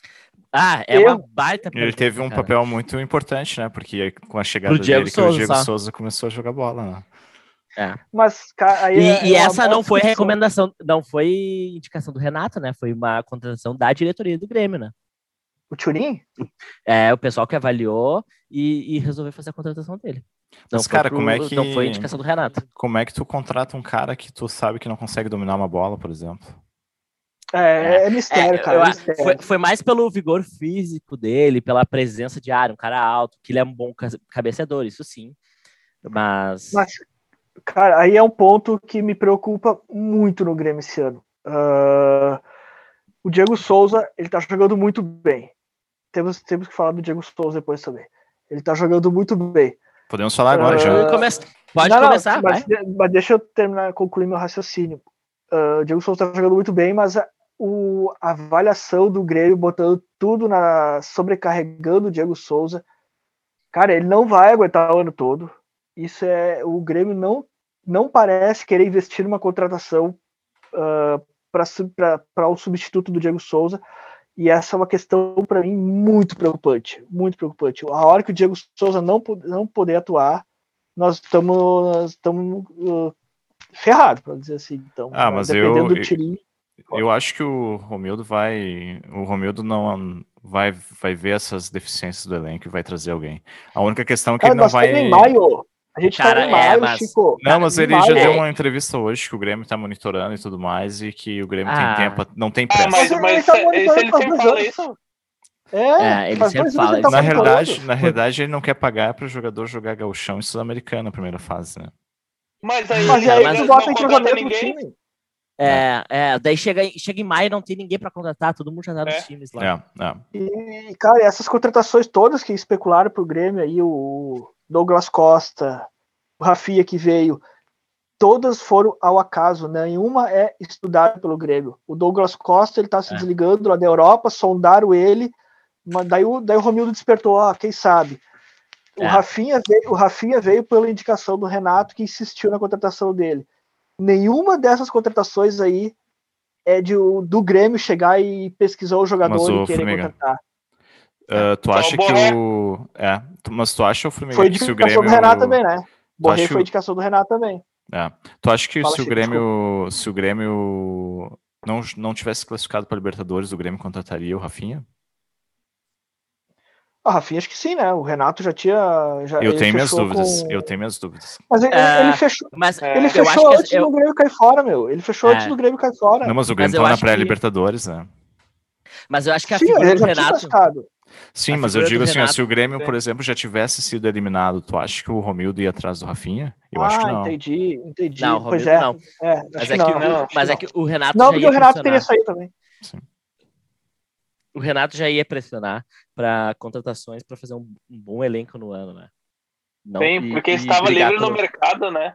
É uma baita Ele teve um cara. papel muito importante, né? Porque com a chegada Pro Diego dele, que o Diego Souza, Souza começou a jogar bola, né? Mas, cara, aí E é uma essa boa não foi discussão. recomendação, não foi indicação do Renato, né? Foi uma contratação da diretoria do Grêmio, né? O Turim? É, o pessoal que avaliou e resolveu fazer a contratação dele. Não Mas, foi cara, como é que... não foi indicação do Renato. Como é que tu contrata um cara que tu sabe que não consegue dominar uma bola, por exemplo? É mistério, cara. Mistério. Foi mais pelo vigor físico dele, pela presença de área, um cara alto, que ele é um bom cabeceador, isso sim. Mas, cara, aí é um ponto que me preocupa muito no Grêmio esse ano. O Diego Souza, ele tá jogando muito bem. Temos que falar do Diego Souza depois também. Ele tá jogando muito bem. Podemos falar agora já. Pode começar, mas deixa eu concluir meu raciocínio. O Diego Souza tá jogando muito bem, mas a avaliação do Grêmio botando tudo sobrecarregando o Diego Souza, cara, ele não vai aguentar o ano todo. O Grêmio não parece querer investir numa contratação para o substituto do Diego Souza, e essa é uma questão para mim muito preocupante. A hora que o Diego Souza não poder atuar, nós estamos ferrados, para dizer assim. Então, mas dependendo do Tirinho. Eu acho que o Romildo não vai ver essas deficiências do elenco e vai trazer alguém. A única questão é que ele não vai... Em maio. A gente tá em maio, Chico. Não, mas ele já deu uma entrevista hoje que o Grêmio tá monitorando e tudo mais, e que o Grêmio tem tempo, não tem pressa. Mas ele sempre fala isso. Ele sempre fala. Na realidade, ele não quer pagar para o jogador jogar gauchão e sul-americano na primeira fase, né? Mas aí tu bota entrosamento no time. Daí chega em maio e não tem ninguém para contratar, todo mundo já tá nos times lá. E, cara, essas contratações todas que especularam pro Grêmio aí, o Douglas Costa, o Rafinha que veio, todas foram ao acaso, nenhuma é estudada pelo Grêmio. O Douglas Costa, ele tá se desligando lá da Europa, sondaram ele, mas daí o Romildo despertou, quem sabe. O Rafinha veio pela indicação do Renato, que insistiu na contratação dele. Nenhuma dessas contratações aí é do Grêmio chegar e pesquisar o jogador e querer contratar. Tu acha que mas tu acha o Formiga foi que se o Grêmio... Foi indicação do Renato também, né? Borré foi indicação do Renato também. Tu acha que se o Grêmio não tivesse classificado para Libertadores, o Grêmio contrataria o Rafinha? O Rafinha acho que sim, né? O Renato já tinha... Eu tenho minhas dúvidas. Mas ele fechou. Ele fechou antes do Grêmio cair fora, meu. Ele fechou antes do Grêmio cair fora. Não, mas o Grêmio tá na pré-Libertadores, né? Mas eu acho que a figura do Renato... Sim, mas eu digo assim, se o Grêmio, por exemplo, já tivesse sido eliminado, tu acha que o Romildo ia atrás do Rafinha? Eu acho que não. Entendi. Não, o Romildo não. Mas é que o Renato não, porque o Renato teria saído também. Sim. O Renato já ia pressionar para contratações para fazer um bom elenco no ano, né? Sim, porque estava livre no mercado, né?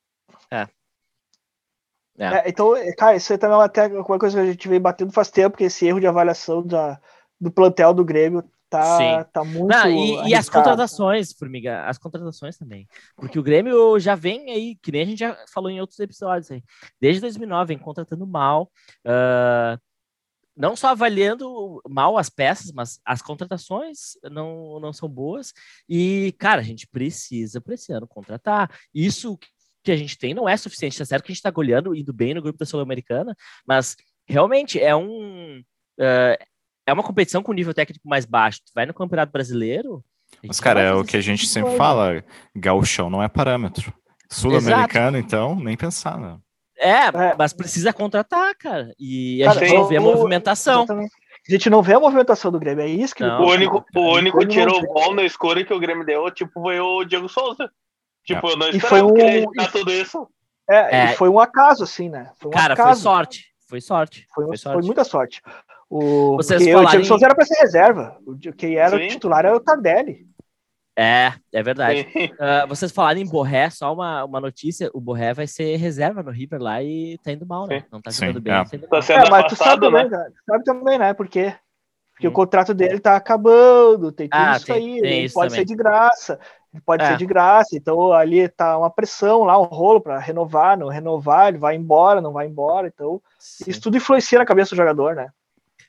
Então, cara, isso aí também é até uma coisa que a gente vem batendo faz tempo, porque esse erro de avaliação do plantel do Grêmio tá muito... E as contratações, Formiga, as contratações também. Porque o Grêmio já vem aí, que nem a gente já falou em outros episódios aí, desde 2009 vem contratando mal, não só avaliando mal as peças, mas as contratações não são boas. E, cara, a gente precisa, para esse ano, contratar. Isso que a gente tem não é suficiente. É certo que a gente está goleando, indo bem no grupo da Sul-Americana, mas realmente é uma competição com nível técnico mais baixo. Tu vai no Campeonato Brasileiro... Mas, cara, é o que a gente sempre fala, gauchão não é parâmetro. Sul-Americano, então, nem pensar, né? Mas precisa contratar, cara. E a gente não vê a movimentação. Exatamente. A gente não vê a movimentação do Grêmio, é isso que... O único tiro bom no escuro que o Grêmio deu, foi o Diego Souza. Eu não esperava que ele ia tudo isso. E foi um acaso, assim, né? Foi sorte. Foi muita sorte. O Diego Souza era para ser reserva. Quem era o titular era o Tardelli. É verdade. Vocês falaram em Borré, só uma notícia: o Borré vai ser reserva no River lá e tá indo mal, né? Não tá jogando bem. Tá sendo mas tu sabe também, né? Sabe também, né? Porque o contrato dele tá acabando, tem tudo isso aí. Ele pode ser de graça. Então ali tá uma pressão lá, um rolo para renovar, não renovar, ele vai embora, não vai embora. Então isso tudo influencia na cabeça do jogador, né?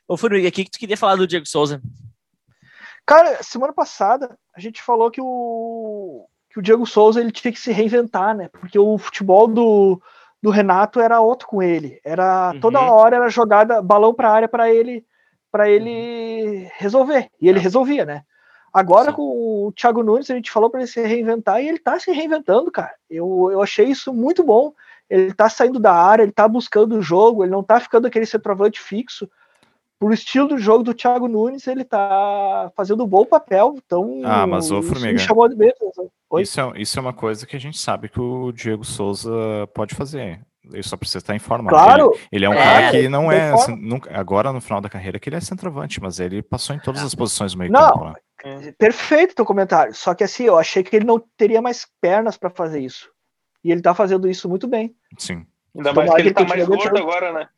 Ô, Formiga, o que tu queria falar do Diego Souza? Cara, semana passada a gente falou que o Diego Souza ele tinha que se reinventar, né? Porque o futebol do Renato era outro com ele. Era toda hora era jogada balão para a área para ele resolver. E ele resolvia, né? Agora com o Thiago Nunes a gente falou para ele se reinventar e ele tá se reinventando, cara. Eu achei isso muito bom. Ele tá saindo da área, ele tá buscando o jogo, ele não tá ficando aquele centroavante fixo. Por estilo do jogo do Thiago Nunes, ele tá fazendo um bom papel. Então, mas ô, Formiga, isso me chamou de mesmo. Isso é uma coisa que a gente sabe que o Diego Souza pode fazer. Ele só precisa estar em forma. Claro. Ele é um cara que não é... agora, no final da carreira, que ele é centroavante, mas ele passou em todas as posições do meio campo. Né? Perfeito teu comentário. Só que assim, eu achei que ele não teria mais pernas para fazer isso. E ele tá fazendo isso muito bem. Sim. Ainda mais que ele tá mais gordo agora, né?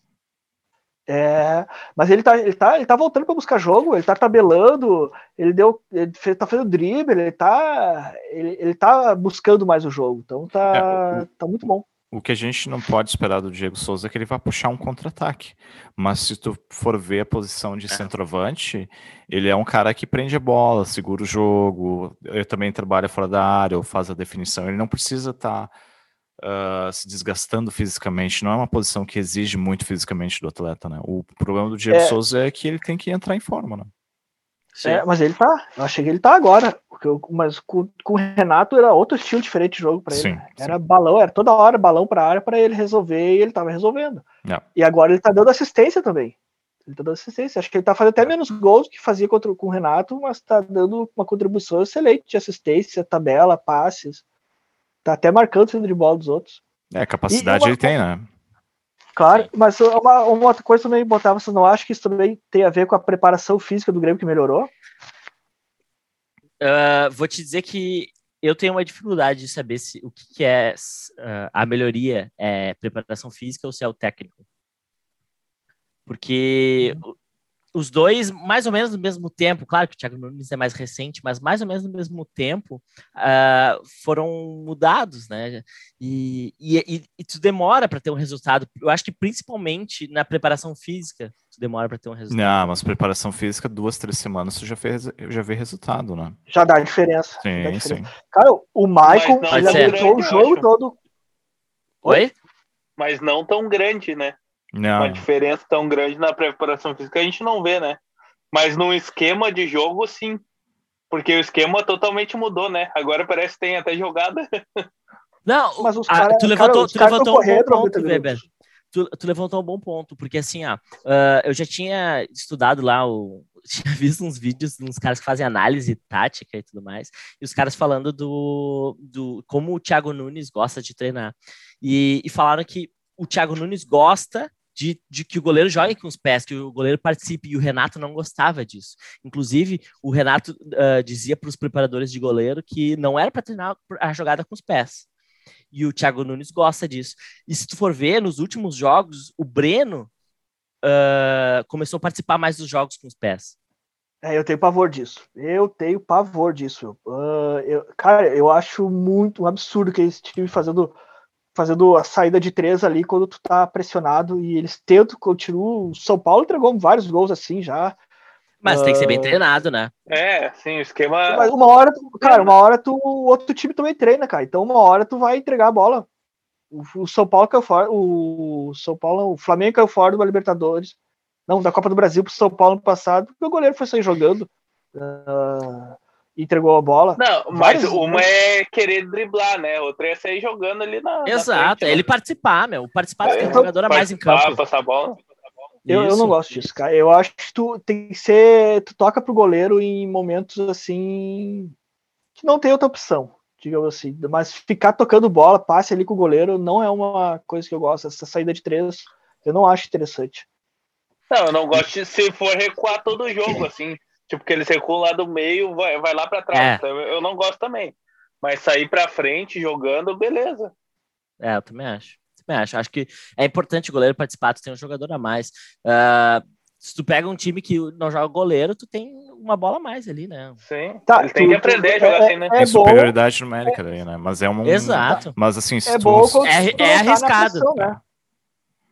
Mas ele tá voltando para buscar jogo, ele tá tabelando, ele tá fazendo drible, ele tá buscando mais o jogo, então tá muito bom. O que a gente não pode esperar do Diego Souza é que ele vai puxar um contra-ataque, mas se tu for ver a posição de centroavante, ele é um cara que prende a bola, segura o jogo, ele também trabalha fora da área ou faz a definição, ele não precisa estar se desgastando fisicamente, não é uma posição que exige muito fisicamente do atleta, né? O problema do Diego Souza é que ele tem que entrar em forma, né? Mas ele tá, eu achei que ele tá agora, mas com o Renato era outro estilo diferente de jogo pra ele, né? Era balão, era toda hora balão pra área pra ele resolver e ele tava resolvendo. E agora ele tá dando assistência também. Acho que ele tá fazendo até menos gols que fazia com o Renato, mas tá dando uma contribuição excelente de assistência, tabela, passes. Tá até marcando o centro de bola dos outros. Capacidade ele tem, né? Claro, mas uma outra coisa também, Botava, você não acha que isso também tem a ver com a preparação física do Grêmio que melhorou? Vou te dizer que eu tenho uma dificuldade de saber o que é a melhoria, preparação física ou se é o técnico. Porque os dois, mais ou menos no mesmo tempo, claro que o Thiago Nunes é mais recente, mas mais ou menos no mesmo tempo, foram mudados, né? E tu demora para ter um resultado. Eu acho que principalmente na preparação física, tu demora para ter um resultado. Não, mas preparação física, 2-3 semanas, tu já vê resultado, né? Já dá diferença. Sim. Cara, o Michael, ele aguentou o jogo todo. Oi? Mas não tão grande, né? Não. Uma diferença tão grande na preparação física a gente não vê, né? Mas no esquema de jogo, sim. Porque o esquema totalmente mudou, né? Agora parece que tem até jogada. Não, mas tu levantou um bom ponto, Weber. Tu levantou um bom ponto, porque assim, eu já tinha estudado lá, tinha visto uns vídeos de uns caras que fazem análise tática e tudo mais, e os caras falando do como o Thiago Nunes gosta de treinar. E falaram que o Thiago Nunes gosta de que o goleiro jogue com os pés, que o goleiro participe, e o Renato não gostava disso. Inclusive, o Renato dizia para os preparadores de goleiro que não era para treinar a jogada com os pés. E o Thiago Nunes gosta disso. E se tu for ver, nos últimos jogos, o Breno começou a participar mais dos jogos com os pés. Eu tenho pavor disso. Cara, eu acho muito um absurdo que eles time fazendo a saída de 3 ali quando tu tá pressionado e eles tentam, continuam. O São Paulo entregou vários gols assim já. Mas tem que ser bem treinado, né? Sim, o esquema... Mas uma hora o outro time também treina, cara. Então uma hora tu vai entregar a bola. O São Paulo caiu fora, o Flamengo caiu fora da Libertadores. Não, da Copa do Brasil pro São Paulo no passado, porque o goleiro foi sair jogando. Entregou a bola. Não, mas uma é querer driblar, né? Outra é sair jogando ali na Exato, frente, ele participar, participar do que o jogador a mais em campo. Passar a bola. Eu não gosto disso, cara. Eu acho que tu tem que ser. Tu toca pro goleiro em momentos assim que não tem outra opção, digamos assim. Mas ficar tocando bola, passe ali com o goleiro, não é uma coisa que eu gosto. Essa saída de 3, eu não acho interessante. Não, eu não gosto se for recuar todo o jogo, assim. Tipo, que eles recuam lá do meio, vai lá pra trás. Então, eu não gosto também. Mas sair pra frente jogando, beleza. Eu também acho. Acho que é importante o goleiro participar, tu tem um jogador a mais. Se tu pega um time que não joga goleiro, tu tem uma bola a mais ali, né? Sim, ele tem que aprender a jogar assim, né? Tem superioridade numérica daí, né? Mas é um... Exato. Mas assim, se é arriscado. Pressão, né?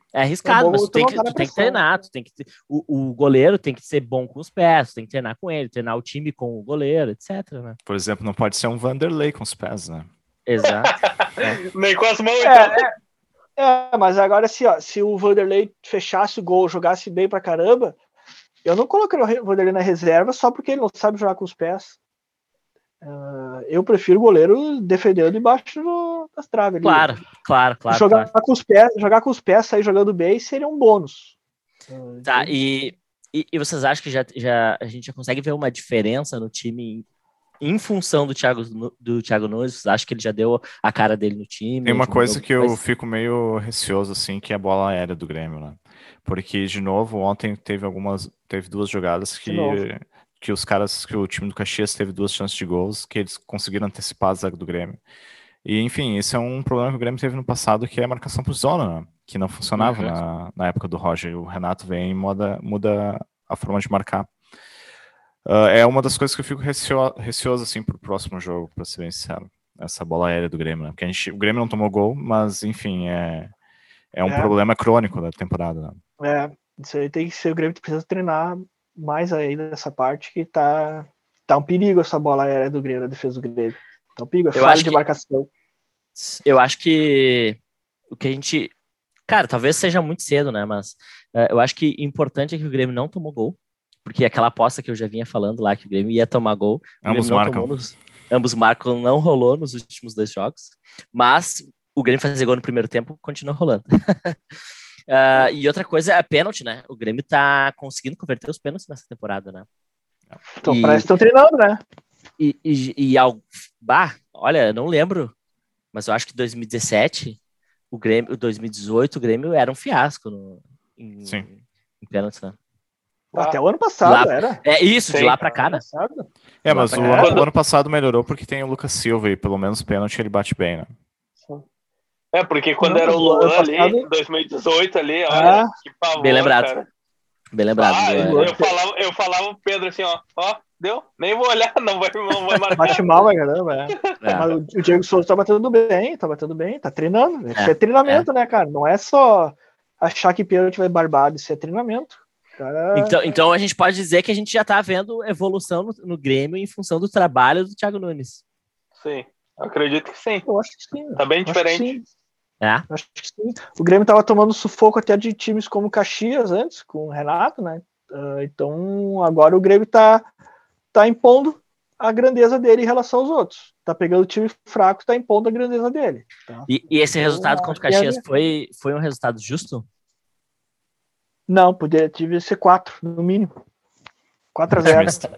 É arriscado, bom mas tu tem tu não tá na que pressão. treinar, o goleiro tem que ser bom com os pés, tu tem que treinar com ele, treinar o time com o goleiro, etc, né? Por exemplo, não pode ser um Vanderlei com os pés, né? Exato. Nem com as mãos, então. Mas agora assim, ó, se o Vanderlei fechasse o gol, jogasse bem pra caramba, eu não colocaria o Vanderlei na reserva só porque ele não sabe jogar com os pés. Eu prefiro o goleiro defendendo embaixo das traves ali. Claro. Jogar com os pés, sair jogando bem seria um bônus. Tá, e vocês acham que já a gente já consegue ver uma diferença no time em função do Thiago Nunes? Vocês acham que ele já deu a cara dele no time? Tem uma coisa que eu fico meio receoso, assim, que é a bola aérea do Grêmio, né? Porque, de novo, ontem teve 2 jogadas que os caras, que o time do Caxias teve 2 chances de gols, que eles conseguiram antecipar a zaga do Grêmio. E, enfim, esse é um problema que o Grêmio teve no passado, que é a marcação por zona, né? Que não funcionava na época do Roger. O Renato vem e muda a forma de marcar. É uma das coisas que eu fico receoso, assim, pro próximo jogo, pra ser bem sincero. Essa bola aérea do Grêmio, né? Porque o Grêmio não tomou gol, mas, enfim, é um problema crônico da temporada, né? Isso aí tem que ser, o Grêmio precisa treinar mais aí nessa parte, que tá um perigo essa bola aérea do Grêmio, a defesa do Grêmio. Tá um perigo, falha de marcação. Eu acho que o que a gente... Cara, talvez seja muito cedo, né? Mas eu acho que o importante é que o Grêmio não tomou gol, porque aquela aposta que eu já vinha falando lá, que o Grêmio ia tomar gol, ambos marcam. Ambos marcam, não rolou nos últimos 2 jogos, mas o Grêmio fazer gol no primeiro tempo continua rolando. E outra coisa é a pênalti, né? O Grêmio tá conseguindo converter os pênaltis nessa temporada, né? Então parece que estão treinando, né? Olha, eu não lembro, mas eu acho que 2017, o 2018, o Grêmio era um fiasco em pênaltis, né? Até o ano passado era. É isso, de lá pra cá, né? Mas o ano passado melhorou porque tem o Lucas Silva e pelo menos pênalti ele bate bem, né? Porque quando era o Luan ali, 2018 ali, olha, que pavor, bem lembrado. Cara. Bem lembrado. Eu falava pro Pedro assim, ó, deu, nem vou olhar, não vai marcar. Bate mal, vai caramba, Mas o Diego Souza tá batendo bem, tá treinando. Isso é treinamento, né, cara? Não é só achar que pênalti vai barbado, isso é treinamento. Cara... Então a gente pode dizer que a gente já tá vendo evolução no Grêmio em função do trabalho do Thiago Nunes. Sim, eu acredito que sim. Eu acho que sim. Tá bem diferente. Acho que sim. O Grêmio tava tomando sufoco até de times como Caxias antes, com o Renato, né? Então agora o Grêmio tá impondo a grandeza dele em relação aos outros. Tá pegando o time fraco e tá impondo a grandeza dele. Tá? E esse resultado contra o Caxias foi um resultado justo? Não, devia ser 4, no mínimo. 4-0.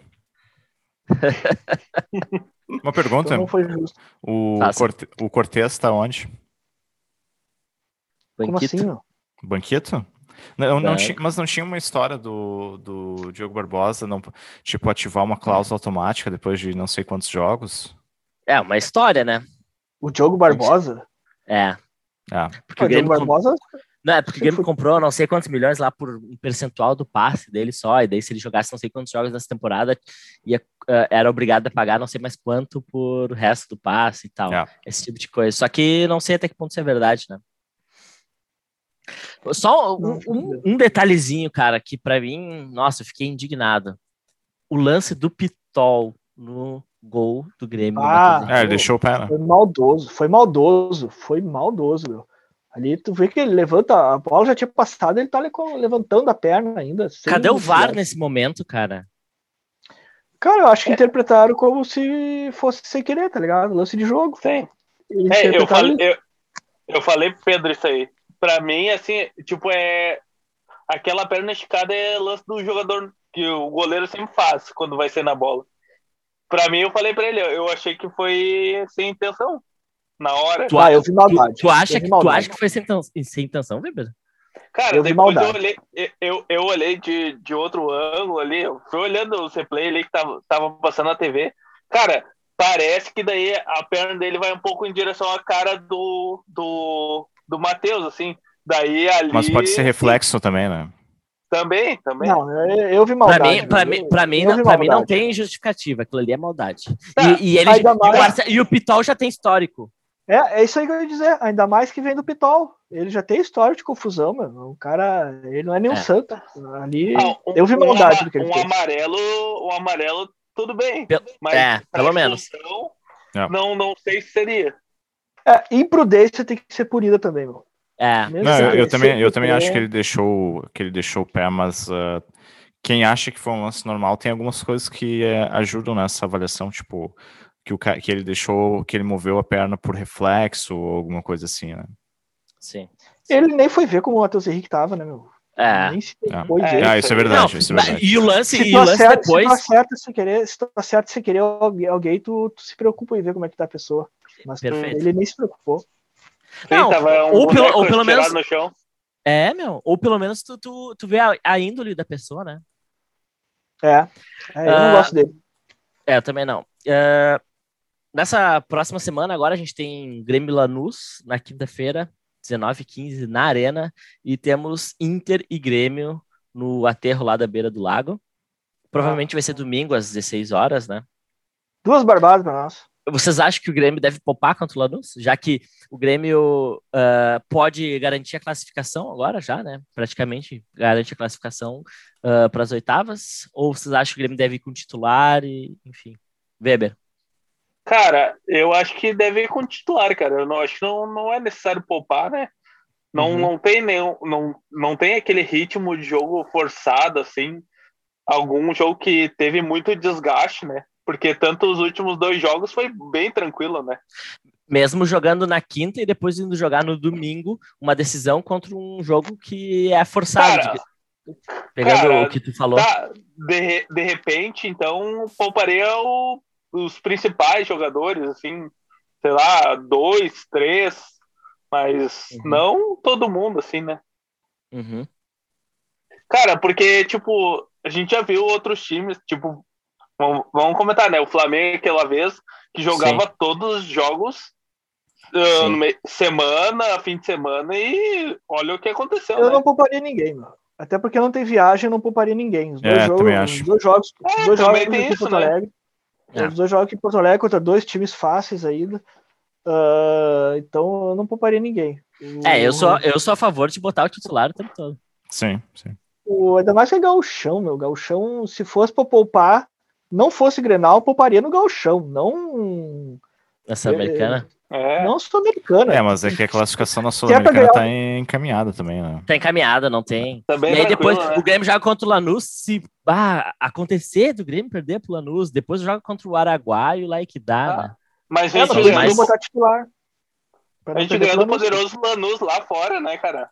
Uma pergunta. Então não foi justo. O Cortez tá onde? Como assim? Banquito? Mas não tinha uma história do Diogo Barbosa, tipo, ativar uma cláusula automática depois de não sei quantos jogos? É uma história, né? O Diogo Barbosa? Porque o Diogo Barbosa... Não, porque o Grêmio comprou não sei quantos milhões lá por um percentual do passe dele só, e daí se ele jogasse não sei quantos jogos nessa temporada, era obrigado a pagar não sei mais quanto por o resto do passe e tal. Esse tipo de coisa. Só que não sei até que ponto isso é verdade, né? Só um detalhezinho, cara, que pra mim, nossa, eu fiquei indignado. O lance do Pitol no gol do Grêmio. Ele deixou o pé, né? Foi maldoso, meu. Ali tu vê que ele levanta, a bola já tinha passado, ele tá levantando a perna ainda. Cadê o VAR nesse momento, cara? Cara, eu acho que interpretaram como se fosse sem querer, tá ligado? Lance de jogo. Sim. Eu falei pro Pedro isso aí. Pra mim, assim, tipo, aquela perna esticada é lance do jogador que o goleiro sempre faz quando vai ser na bola. Pra mim, eu falei pra ele, eu achei que foi sem intenção. Na hora. Eu vi maldade. Tu acha que foi sem intenção, Weber? Cara, eu depois eu olhei de outro ângulo ali, eu fui olhando o replay ali que tava passando na TV. Cara, parece que daí a perna dele vai um pouco em direção à cara do Matheus, assim. Daí ali... Mas pode ser reflexo também, né? Também. Não, eu vi maldade. Pra mim não tem justificativa. Aquilo ali é maldade. Tá, e o Pitol já tem histórico. É isso aí que eu ia dizer. Ainda mais que vem do Pitol. Ele já tem história de confusão, mano. O cara, ele não é nenhum santo. Ali, eu vi maldade do que ele fez. Um amarelo, tudo bem. Mas pelo menos. Não sei se seria. Imprudência tem que ser punida também, meu. Eu também acho que ele deixou o pé, mas quem acha que foi um lance normal tem algumas coisas que ajudam nessa avaliação, tipo que ele moveu a perna por reflexo ou alguma coisa assim, né? Sim. Ele nem foi ver como o Matheus Henrique tava, né, meu? Nem se foi ver. Isso é verdade. E o lance, depois... Se tu acerta sem querer alguém, tu se preocupa em ver como é que tá a pessoa. Mas ele nem se preocupou. Não, ou pelo menos no chão. Ou pelo menos tu vê a índole da pessoa, né? Eu não gosto dele. Eu também não. Nessa próxima semana agora a gente tem Grêmio Lanús na quinta-feira, 19h15 na Arena, e temos Inter e Grêmio no aterro lá da beira do lago. Provavelmente vai ser domingo às 16 horas, né? 2 barbadas pra nós. Vocês acham que o Grêmio deve poupar contra o Lanús? Já que o Grêmio pode garantir a classificação agora já, né? Praticamente garante a classificação para as oitavas? Ou vocês acham que o Grêmio deve ir com titular e, enfim? Weber? Cara, eu acho que deve ir com titular, cara. Eu acho que não é necessário poupar, né? Não tem aquele ritmo de jogo forçado, assim. Algum jogo que teve muito desgaste, né? Porque tanto os últimos 2 jogos foi bem tranquilo, né? Mesmo jogando na quinta e depois indo jogar no domingo, uma decisão contra um jogo que é forçado. Pegando o que tu falou. De repente, então, pouparia os principais jogadores, assim, sei lá, 2, 3, mas não todo mundo, assim, né? Cara, porque, tipo, a gente já viu outros times, tipo, vamos comentar, né? O Flamengo, aquela vez, que jogava todos os jogos semana, fim de semana, e olha o que aconteceu. Eu não pouparia ninguém, mano. Até porque não tem viagem, eu não pouparia ninguém. Os dois jogos aqui em Porto Alegre. Os 2 jogos aqui em Porto Alegre contra 2 times fáceis ainda. Então eu não pouparia ninguém. Eu sou a favor de botar o titular o tempo todo. Sim. Ainda mais que é gauchão, meu. Gauchão, se fosse pra poupar, não fosse Grenal, eu pouparia no gauchão, não... Na Sul-Americana? Não Sul-Americana. Mas é que a classificação na Sul-Americana tá encaminhada também, né? Tá encaminhada, não tem. Também e aí depois né? o Grêmio joga contra o Lanús, se acontecer do Grêmio perder pro Lanús, depois joga contra o Araguaio, lá e que dá, né? Mas a gente vai botar titular. A gente ganhou do poderoso Lanús lá fora, né, cara?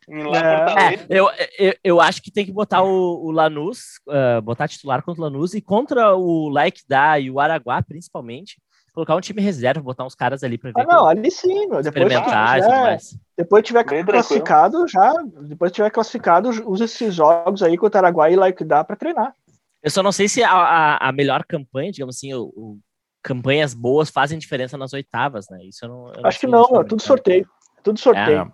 Eu acho que tem que botar o Lanús, botar titular contra o Lanús e contra o Laikidá e o Araguá, principalmente, colocar um time reserva, botar uns caras ali pra ver. Ali sim, meu. Depois tiver classificado, depois tiver classificado, usa esses jogos aí contra o Araguá e Laikidá pra treinar. Eu só não sei se a melhor campanha, digamos assim, campanhas boas fazem diferença nas oitavas, né? Isso eu não acho que não, meu. Tudo sorteio. Tudo sorteio.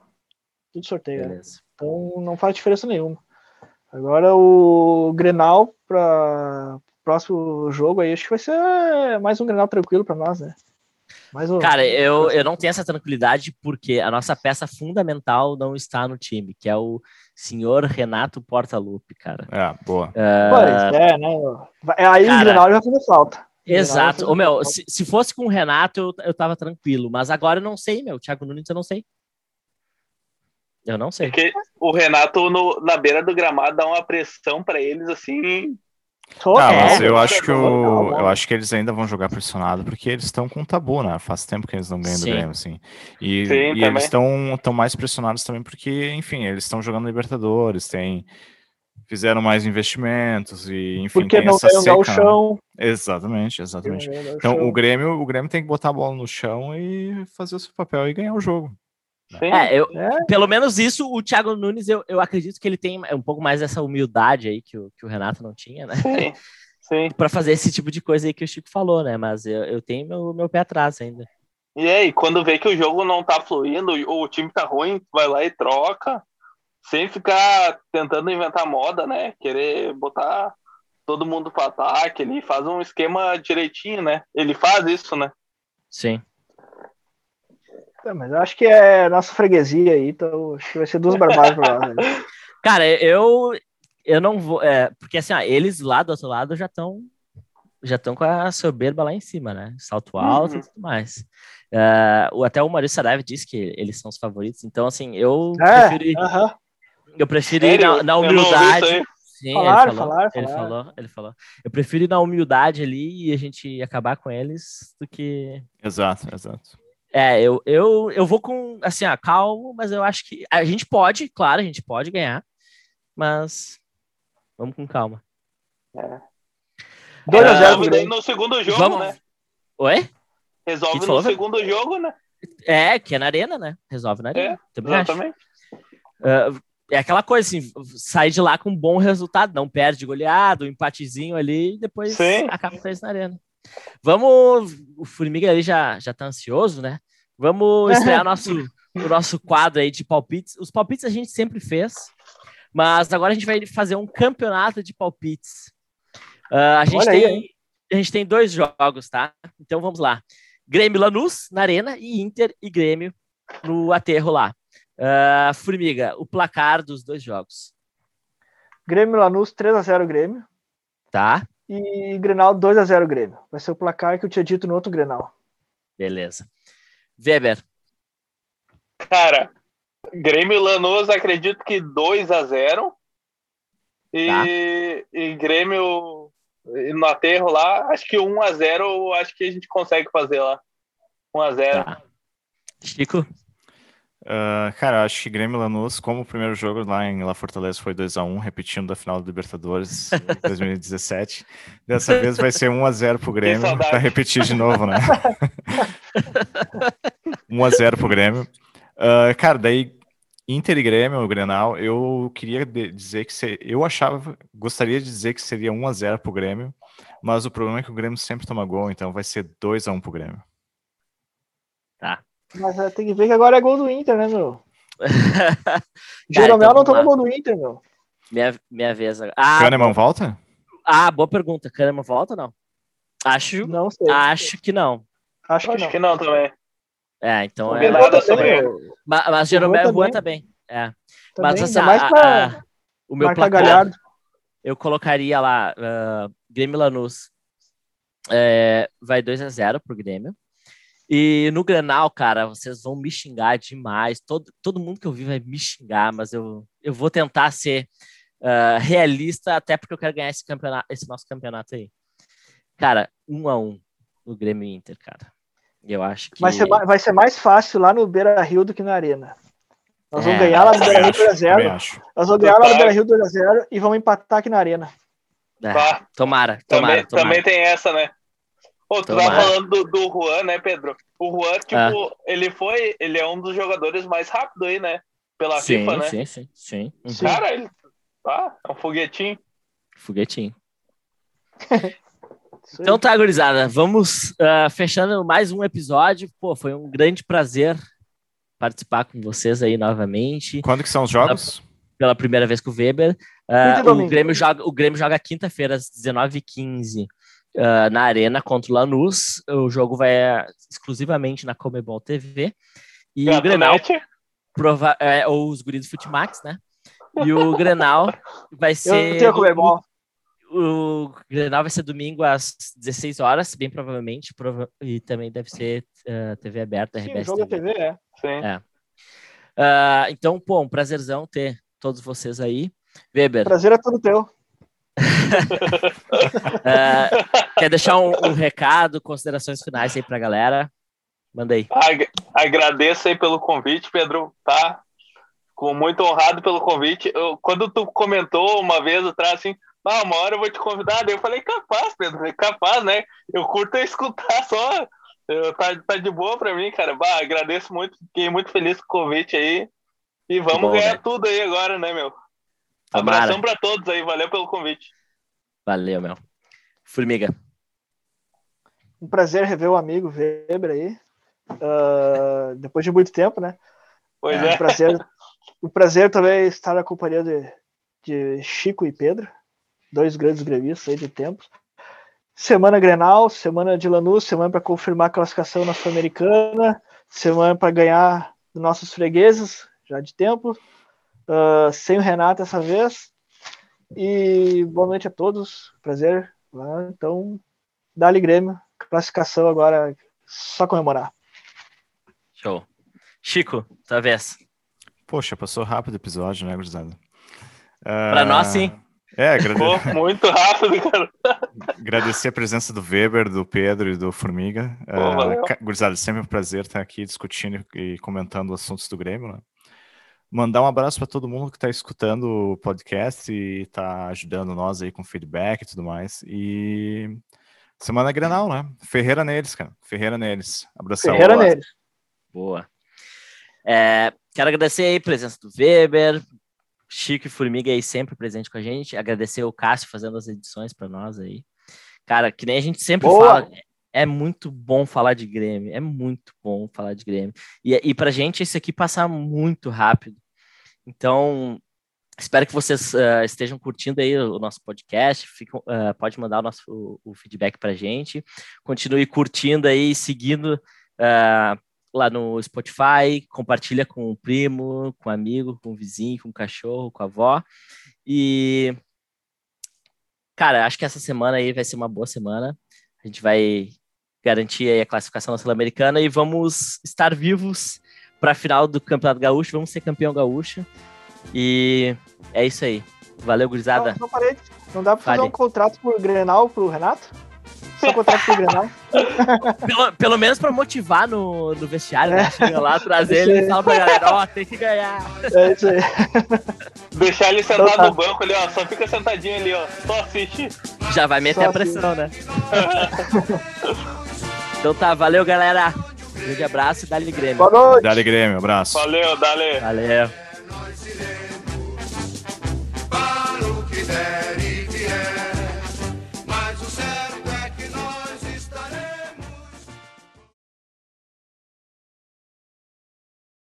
Então não faz diferença nenhuma. Agora o Grenal para próximo jogo aí, acho que vai ser mais um Grenal tranquilo para nós, né? Cara, eu não tenho essa tranquilidade porque a nossa peça fundamental não está no time, que é o senhor Renato Portaluppi, cara. Boa. Né? Aí o Grenal já vai fazer falta. Exato. Se fosse com o Renato, eu tava tranquilo, mas agora eu não sei, meu. Thiago Nunes, eu não sei. Eu não sei. Porque o Renato na beira do gramado dá uma pressão pra eles, assim. Mas eu acho que eles ainda vão jogar pressionado, porque eles estão com um tabu, né? Faz tempo que eles não ganham do Grêmio, assim. E eles estão mais pressionados também porque, enfim, eles estão jogando Libertadores, fizeram mais investimentos e, enfim, porque tem não essa tem seca. Exatamente. Então o Grêmio tem que botar a bola no chão e fazer o seu papel e ganhar o jogo. Pelo menos isso, o Thiago Nunes, eu acredito que ele tem um pouco mais dessa humildade aí que o Renato não tinha, né? Sim. Pra fazer esse tipo de coisa aí que o Chico falou, né? Mas eu tenho meu pé atrás ainda. E aí, quando vê que o jogo não tá fluindo, ou o time tá ruim, vai lá e troca, sem ficar tentando inventar moda, né? Querer botar todo mundo para ataque, ele faz um esquema direitinho, né? Ele faz isso, né? Sim. Mas eu acho que é nossa freguesia aí, então acho que vai ser 2 barbados pra nós. Né? Cara, eu não vou. Porque assim, eles lá do outro lado já estão com a soberba lá em cima, né? Salto alto e tudo mais. Até o Maurício Saraiva disse que eles são os favoritos. Então, assim, eu prefiro ir na humildade. Sim, ele falou. Eu prefiro ir na humildade ali e a gente acabar com eles do que... Exato. Eu vou com, assim, calmo, mas eu acho que a gente pode ganhar, mas vamos com calma. 2-0 no segundo jogo, né? Oi? Resolve no segundo jogo, né? Que é na arena, né? Resolve na arena. Exatamente. É aquela coisa assim, sai de lá com um bom resultado, não perde goleado, um empatezinho ali e depois acaba com isso na arena. O Formiga ali já tá ansioso, né? Vamos estrear o nosso quadro aí de palpites. Os palpites a gente sempre fez, mas agora a gente vai fazer um campeonato de palpites. A gente tem 2 jogos, tá? Então vamos lá. Grêmio Lanús na arena e Inter e Grêmio no aterro lá. Formiga, o placar dos 2 jogos. Grêmio Lanús 3-0 Grêmio. Tá. E Grenal 2-0 Grêmio. Vai ser o placar que eu tinha dito no outro Grenal. Beleza. Weber. Cara, Grêmio Lanús, acredito que 2-0. E Grêmio no aterro lá, acho que 1-0, acho que a gente consegue fazer lá. 1-0. Tá. Chico? Cara, eu acho que Grêmio e Lanús, como o primeiro jogo lá em La Fortaleza foi 2-1, repetindo da final do Libertadores em 2017. Dessa vez vai ser 1-0 pro Grêmio, pra repetir de novo, né? 1-0 pro Grêmio. Cara, daí Inter e Grêmio, o Grenal, eu queria dizer que gostaria de dizer que seria 1-0 pro Grêmio, mas o problema é que o Grêmio sempre toma gol, então vai ser 2-1 pro Grêmio. Tá. Mas tem que ver que agora é gol do Inter, né, meu? Jeromel não tomou gol do Inter, meu. Minha vez agora. Kahneman volta? Boa pergunta. Kahneman volta ou não? Não sei. Acho que não. Acho que não também. Então Mas Jeromel e Juan também. Mas assim, o meu placar, Galhardo. Eu colocaria lá Grêmio Lanús. Vai 2-0 pro Grêmio. E no Grenal, cara, vocês vão me xingar demais. Todo mundo que eu vi vai me xingar, mas eu vou tentar ser realista, até porque eu quero ganhar esse nosso campeonato aí. Cara, 1-1 no Grêmio Inter, cara. Eu acho que... Vai ser mais fácil lá no Beira-Rio do que na Arena. Nós vamos ganhar lá no Beira-Rio 2-0. Nós vamos ganhar lá no Beira-Rio 2-0 e vamos empatar aqui na Arena. Tomara. Também tem essa, né? Tu tava falando do Juan, né, Pedro? O Juan, ele é um dos jogadores mais rápidos aí, né? Pela FIFA, né? Sim. Uhum. Cara, ele é um foguetinho. Então tá, gurizada. Vamos fechando mais um episódio. Pô, foi um grande prazer participar com vocês aí novamente. Quando que são os jogos? Pela primeira vez com o Weber. O Grêmio joga quinta-feira às 19h15. Na Arena contra o Lanús. O jogo vai exclusivamente na Comebol TV. E o Grenal, ou os guris do Futimax, né? E o Grenal vai ser... O Grenal vai ser domingo às 16 horas, bem provavelmente. E também deve ser TV aberta. Sim, RBS o jogo TV. TV, Sim. Então, pô, um prazerzão ter todos vocês aí. Weber. Prazer é todo teu. Quer deixar um recado, considerações finais aí pra galera? Manda aí. Agradeço aí pelo convite, Pedro, tá? Fico muito honrado pelo convite. Quando tu comentou uma vez atrás assim, uma hora eu vou te convidar, daí eu falei, capaz, Pedro, capaz, né? Eu curto escutar só, tá de boa pra mim, cara. Agradeço muito, fiquei muito feliz com o convite aí. E vamos ganhar tudo aí agora, né, meu? Tomara. Abração pra todos aí, valeu pelo convite. Valeu, meu. Formiga. Um prazer rever o amigo Weber aí. Depois de muito tempo, né? Pois é. Um prazer também estar na companhia de Chico e Pedro, 2 grandes gremistas aí de tempos. Semana Grenal, semana de Lanús, semana para confirmar a classificação na Sul-Americana, semana para ganhar dos nossos fregueses, já de tempo. Sem o Renato essa vez. E boa noite a todos. Prazer. Então, dá-lhe Grêmio. Classificação agora, só comemorar. Show. Chico, tua vez. Poxa, passou rápido o episódio, né, gurizada? Pra nós, sim. Muito rápido, cara. Agradecer a presença do Weber, do Pedro e do Formiga. Gurizada, sempre um prazer estar aqui discutindo e comentando assuntos do Grêmio, né? Mandar um abraço para todo mundo que está escutando o podcast e está ajudando nós aí com feedback e tudo mais. E semana Grenal, né? Ferreira neles, cara. Ferreira neles. Abração. Ferreira neles. Boa. Quero agradecer aí a presença do Weber, Chico e Formiga aí sempre presente com a gente. Agradecer o Cássio fazendo as edições para nós aí. Cara, que nem a gente sempre fala, é muito bom falar de Grêmio. É muito bom falar de Grêmio. E pra gente esse aqui passa muito rápido. Então, espero que vocês estejam curtindo aí o nosso podcast. Pode mandar o feedback pra gente. Continue curtindo aí, seguindo lá no Spotify, compartilha com o primo, com o amigo, com o vizinho, com o cachorro, com a avó. E, cara, acho que essa semana aí vai ser uma boa semana. A gente vai garantir aí a classificação na Sul-Americana e vamos estar vivos para a final do Campeonato Gaúcho. Vamos ser campeão gaúcho. E é isso aí. Valeu, gurizada. Não dá para fazer um contrato por Grenal pro Renato? Só contrato por Grenal? Pelo menos para motivar no vestiário, né? Chega lá, trazer ele e falar pra galera, tem que ganhar. É isso aí. Deixar ele sentado no banco ali, ó. Só fica sentadinho ali, ó. Só assiste. Já vai meter a pressão, né? Então tá, valeu, galera. Um grande abraço e dá-lhe Grêmio. Boa noite. Dá-lhe Grêmio, abraço. Valeu, dá-lhe. Valeu. Para o que der